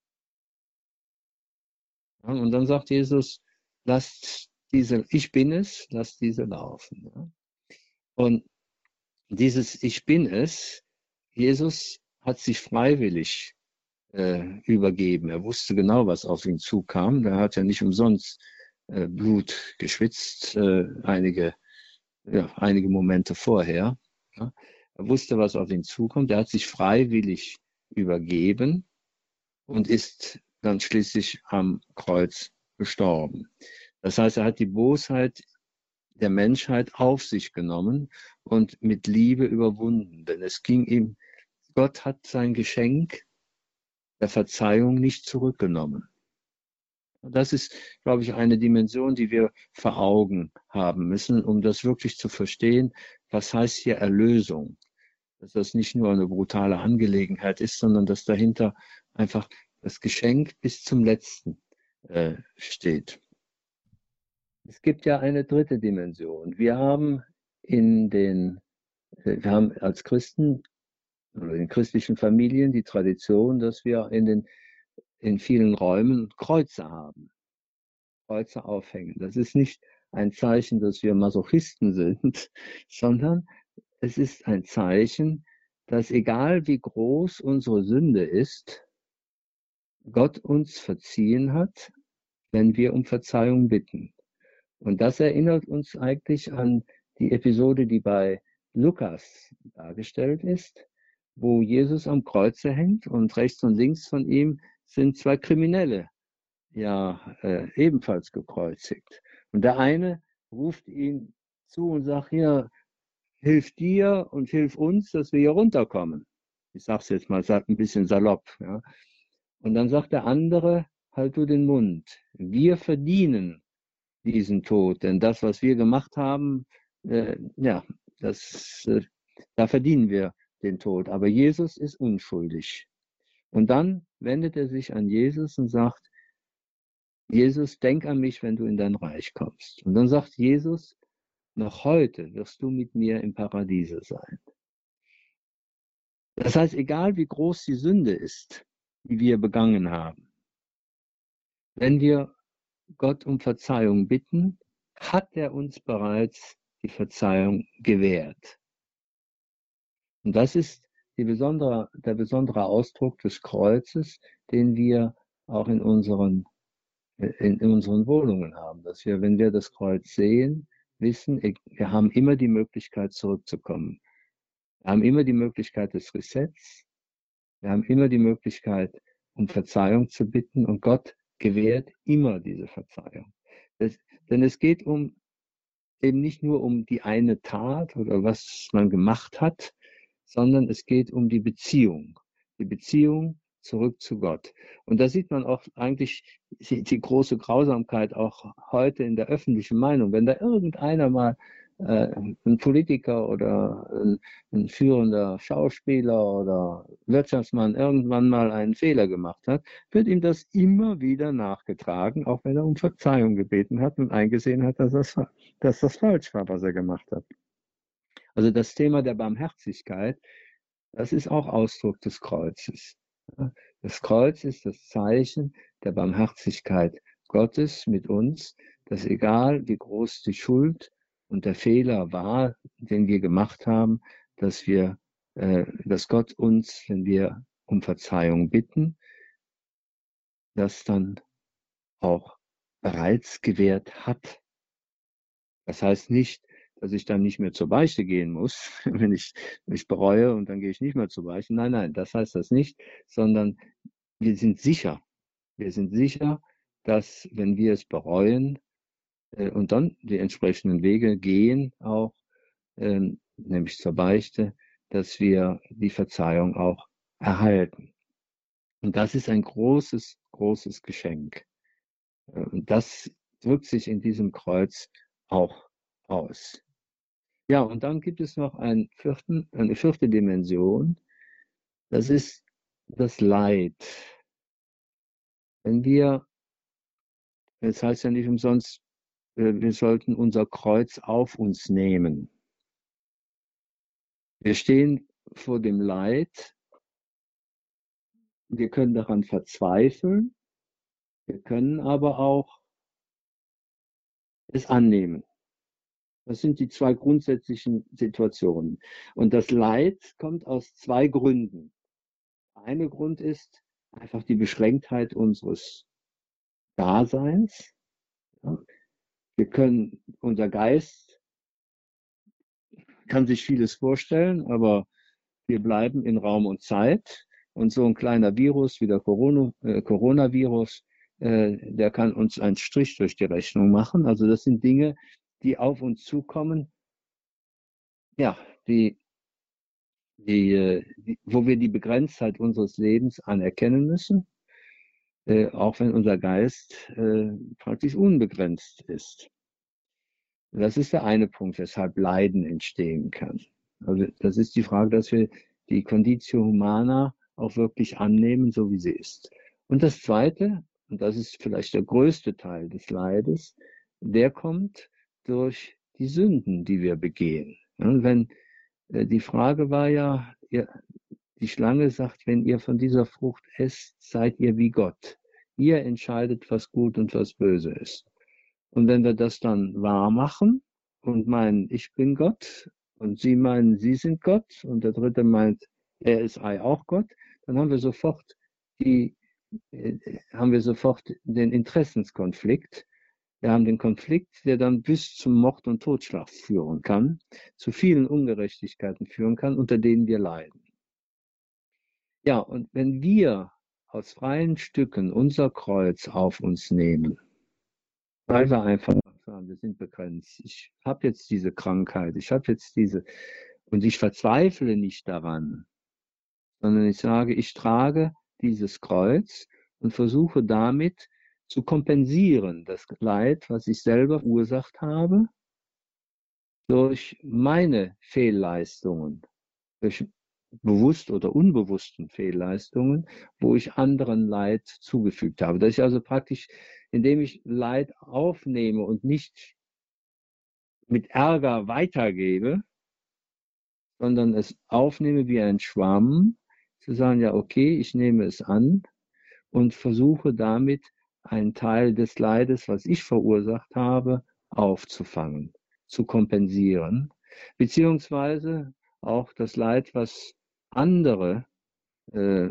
B: Ja, und dann sagt Jesus, lasst diese, ich bin es, lasst diese laufen. Ja. Und dieses Ich bin es, Jesus hat sich freiwillig äh, übergeben. Er wusste genau, was auf ihn zukam. Er hat ja nicht umsonst äh, Blut geschwitzt, äh, einige, ja, einige Momente vorher. Ja. Er wusste, was auf ihn zukommt. Er hat sich freiwillig übergeben und ist dann schließlich am Kreuz gestorben. Das heißt, er hat die Bosheit der Menschheit auf sich genommen und mit Liebe überwunden. Denn es ging ihm, Gott hat sein Geschenk der Verzeihung nicht zurückgenommen. Das ist, glaube ich, eine Dimension, die wir vor Augen haben müssen, um das wirklich zu verstehen. Was heißt hier Erlösung? Dass das nicht nur eine brutale Angelegenheit ist, sondern dass dahinter einfach das Geschenk bis zum Letzten äh, steht. Es gibt ja eine dritte Dimension. Wir haben in den, wir haben als Christen oder in christlichen Familien die Tradition, dass wir in den, in vielen Räumen Kreuze haben. Kreuze aufhängen. Das ist nicht ein Zeichen, dass wir Masochisten sind, sondern es ist ein Zeichen, dass egal wie groß unsere Sünde ist, Gott uns verziehen hat wenn wir um Verzeihung bitten. Und das erinnert uns eigentlich an die Episode, die bei Lukas dargestellt ist, wo Jesus am Kreuze hängt und rechts und links von ihm sind zwei Kriminelle, ja, äh, ebenfalls gekreuzigt. Und der eine ruft ihn zu und sagt, hier, hilf dir und hilf uns, dass wir hier runterkommen. Ich sage es jetzt mal ein bisschen salopp. Ja. Und dann sagt der andere, halt du den Mund. Wir verdienen diesen Tod, denn das, was wir gemacht haben, äh, ja, das, äh, da verdienen wir den Tod. Aber Jesus ist unschuldig. Und dann wendet er sich an Jesus und sagt, Jesus, denk an mich, wenn du in dein Reich kommst. Und dann sagt Jesus, noch heute wirst du mit mir im Paradiese sein. Das heißt, egal wie groß die Sünde ist, die wir begangen haben, wenn wir Gott um Verzeihung bitten, hat er uns bereits die Verzeihung gewährt. Und das ist die besondere, der besondere Ausdruck des Kreuzes, den wir auch in unseren, in, in unseren Wohnungen haben. Dass wir, wenn wir das Kreuz sehen, wissen, wir haben immer die Möglichkeit zurückzukommen. Wir haben immer die Möglichkeit des Resets. Wir haben immer die Möglichkeit, um Verzeihung zu bitten. Und Gott gewährt immer diese Verzeihung. Das, denn es geht um eben nicht nur um die eine Tat oder was man gemacht hat, sondern es geht um die Beziehung. Die Beziehung zurück zu Gott. Und da sieht man auch eigentlich die, die große Grausamkeit auch heute in der öffentlichen Meinung. Wenn da irgendeiner mal äh, ein Politiker oder ein, ein führender Schauspieler oder Wirtschaftsmann irgendwann mal einen Fehler gemacht hat, wird ihm das immer wieder nachgetragen, auch wenn er um Verzeihung gebeten hat und eingesehen hat, dass das, dass das falsch war, was er gemacht hat. Also das Thema der Barmherzigkeit, das ist auch Ausdruck des Kreuzes. Das Kreuz ist das Zeichen der Barmherzigkeit Gottes mit uns, dass egal wie groß die Schuld und der Fehler war, den wir gemacht haben, dass wir, äh, dass Gott uns, wenn wir um Verzeihung bitten, das dann auch bereits gewährt hat. Das heißt nicht, dass ich dann nicht mehr zur Beichte gehen muss, wenn ich mich bereue und dann gehe ich nicht mehr zur Beichte. Nein, nein, das heißt das nicht, sondern wir sind sicher. Wir sind sicher, dass wenn wir es bereuen äh, und dann die entsprechenden Wege gehen, auch äh, nämlich zur Beichte, dass wir die Verzeihung auch erhalten. Und das ist ein großes, großes Geschenk. Und das drückt sich in diesem Kreuz auch aus. Ja, und dann gibt es noch einen vierten, eine vierte Dimension. Das ist das Leid. Wenn wir, das heißt ja nicht umsonst, wir sollten unser Kreuz auf uns nehmen. Wir stehen vor dem Leid. Wir können daran verzweifeln. Wir können aber auch es annehmen. Das sind die zwei grundsätzlichen Situationen. Und das Leid kommt aus zwei Gründen. Der eine Grund ist einfach die Beschränktheit unseres Daseins. Ja. Wir können, unser Geist kann sich vieles vorstellen, aber wir bleiben in Raum und Zeit. Und so ein kleiner Virus wie der Corona, äh, Coronavirus, äh, der kann uns einen Strich durch die Rechnung machen. Also das sind Dinge, die auf uns zukommen, ja, die, die, die, wo wir die Begrenztheit unseres Lebens anerkennen müssen, äh, auch wenn unser Geist äh, praktisch unbegrenzt ist. Das ist der eine Punkt, weshalb Leiden entstehen kann. Also das ist die Frage, dass wir die Conditio Humana auch wirklich annehmen, so wie sie ist. Und das Zweite, und das ist vielleicht der größte Teil des Leides, der kommt durch die Sünden, die wir begehen. Und wenn äh, die Frage war ja, ihr, die Schlange sagt, wenn ihr von dieser Frucht esst, seid ihr wie Gott. Ihr entscheidet, was gut und was böse ist. Und wenn wir das dann wahr machen und meinen, ich bin Gott, und Sie meinen, Sie sind Gott, und der Dritte meint, er ist auch Gott, dann haben wir sofort die äh, haben wir sofort den Interessenskonflikt. Wir haben den Konflikt, der dann bis zum Mord und Totschlag führen kann, zu vielen Ungerechtigkeiten führen kann, unter denen wir leiden. Ja, und wenn wir aus freien Stücken unser Kreuz auf uns nehmen, weil wir einfach sagen, wir sind begrenzt, ich habe jetzt diese Krankheit, ich habe jetzt diese, und ich verzweifle nicht daran, sondern ich sage, ich trage dieses Kreuz und versuche damit zu kompensieren, das Leid, was ich selber verursacht habe, durch meine Fehlleistungen, durch bewusst oder unbewussten Fehlleistungen, wo ich anderen Leid zugefügt habe. Dass ich also praktisch, indem ich Leid aufnehme und nicht mit Ärger weitergebe, sondern es aufnehme wie ein Schwamm, zu sagen, ja, okay, ich nehme es an und versuche damit einen Teil des Leides, was ich verursacht habe, aufzufangen, zu kompensieren, beziehungsweise auch das Leid, was andere äh,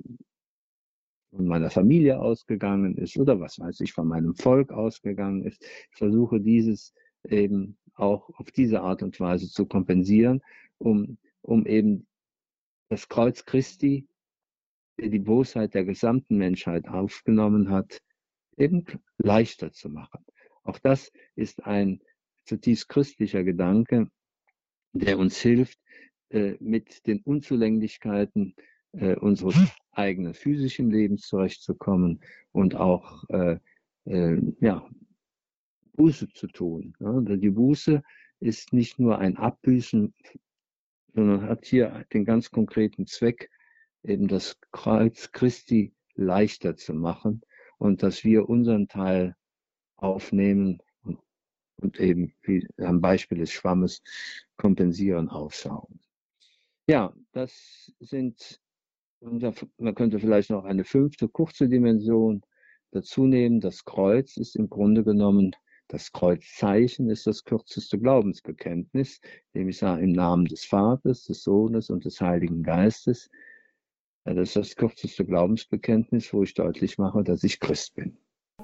B: von meiner Familie ausgegangen ist oder was weiß ich, von meinem Volk ausgegangen ist. Ich versuche dieses eben auch auf diese Art und Weise zu kompensieren, um, um eben das Kreuz Christi, der die Bosheit der gesamten Menschheit aufgenommen hat, eben leichter zu machen. Auch das ist ein zutiefst christlicher Gedanke, der uns hilft, äh, mit den Unzulänglichkeiten äh, unseres eigenen physischen Lebens zurechtzukommen und auch äh, äh, ja, Buße zu tun. Ja? Die Buße ist nicht nur ein Abbüßen, sondern hat hier den ganz konkreten Zweck, eben das Kreuz Christi leichter zu machen und dass wir unseren Teil aufnehmen und, und eben, wie am Beispiel des Schwammes, kompensieren, aufsaugen. Ja, das sind, man könnte vielleicht noch eine fünfte kurze Dimension dazu nehmen. Das Kreuz ist im Grunde genommen, das Kreuzzeichen ist das kürzeste Glaubensbekenntnis, dem ich sage, im Namen des Vaters, des Sohnes und des Heiligen Geistes. Das ist das kürzeste Glaubensbekenntnis, wo ich deutlich mache, dass ich Christ bin.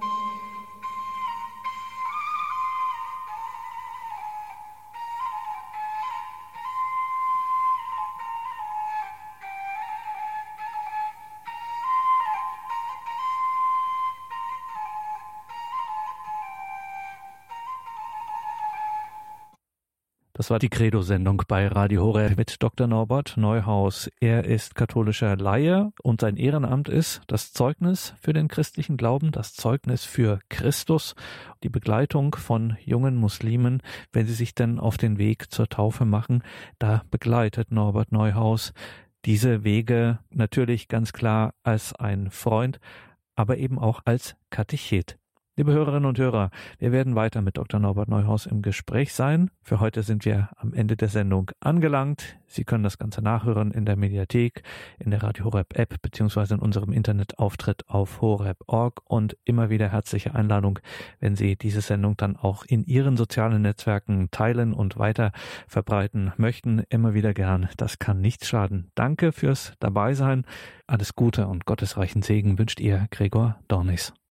A: Das war die Credo-Sendung bei Radio Horeb mit Doktor Norbert Neuhaus. Er ist katholischer Laie und sein Ehrenamt ist das Zeugnis für den christlichen Glauben, das Zeugnis für Christus, die Begleitung von jungen Muslimen, wenn sie sich denn auf den Weg zur Taufe machen. Da begleitet Norbert Neuhaus diese Wege natürlich ganz klar als ein Freund, aber eben auch als Katechet. Liebe Hörerinnen und Hörer, wir werden weiter mit Doktor Norbert Neuhaus im Gespräch sein. Für heute sind wir am Ende der Sendung angelangt. Sie können das Ganze nachhören in der Mediathek, in der Radio Horeb App beziehungsweise in unserem Internetauftritt auf horeb punkt org und immer wieder herzliche Einladung, wenn Sie diese Sendung dann auch in Ihren sozialen Netzwerken teilen und weiter verbreiten möchten. Immer wieder gern. Das kann nichts schaden. Danke fürs Dabeisein. Alles Gute und gottesreichen Segen wünscht Ihr Gregor Dornis.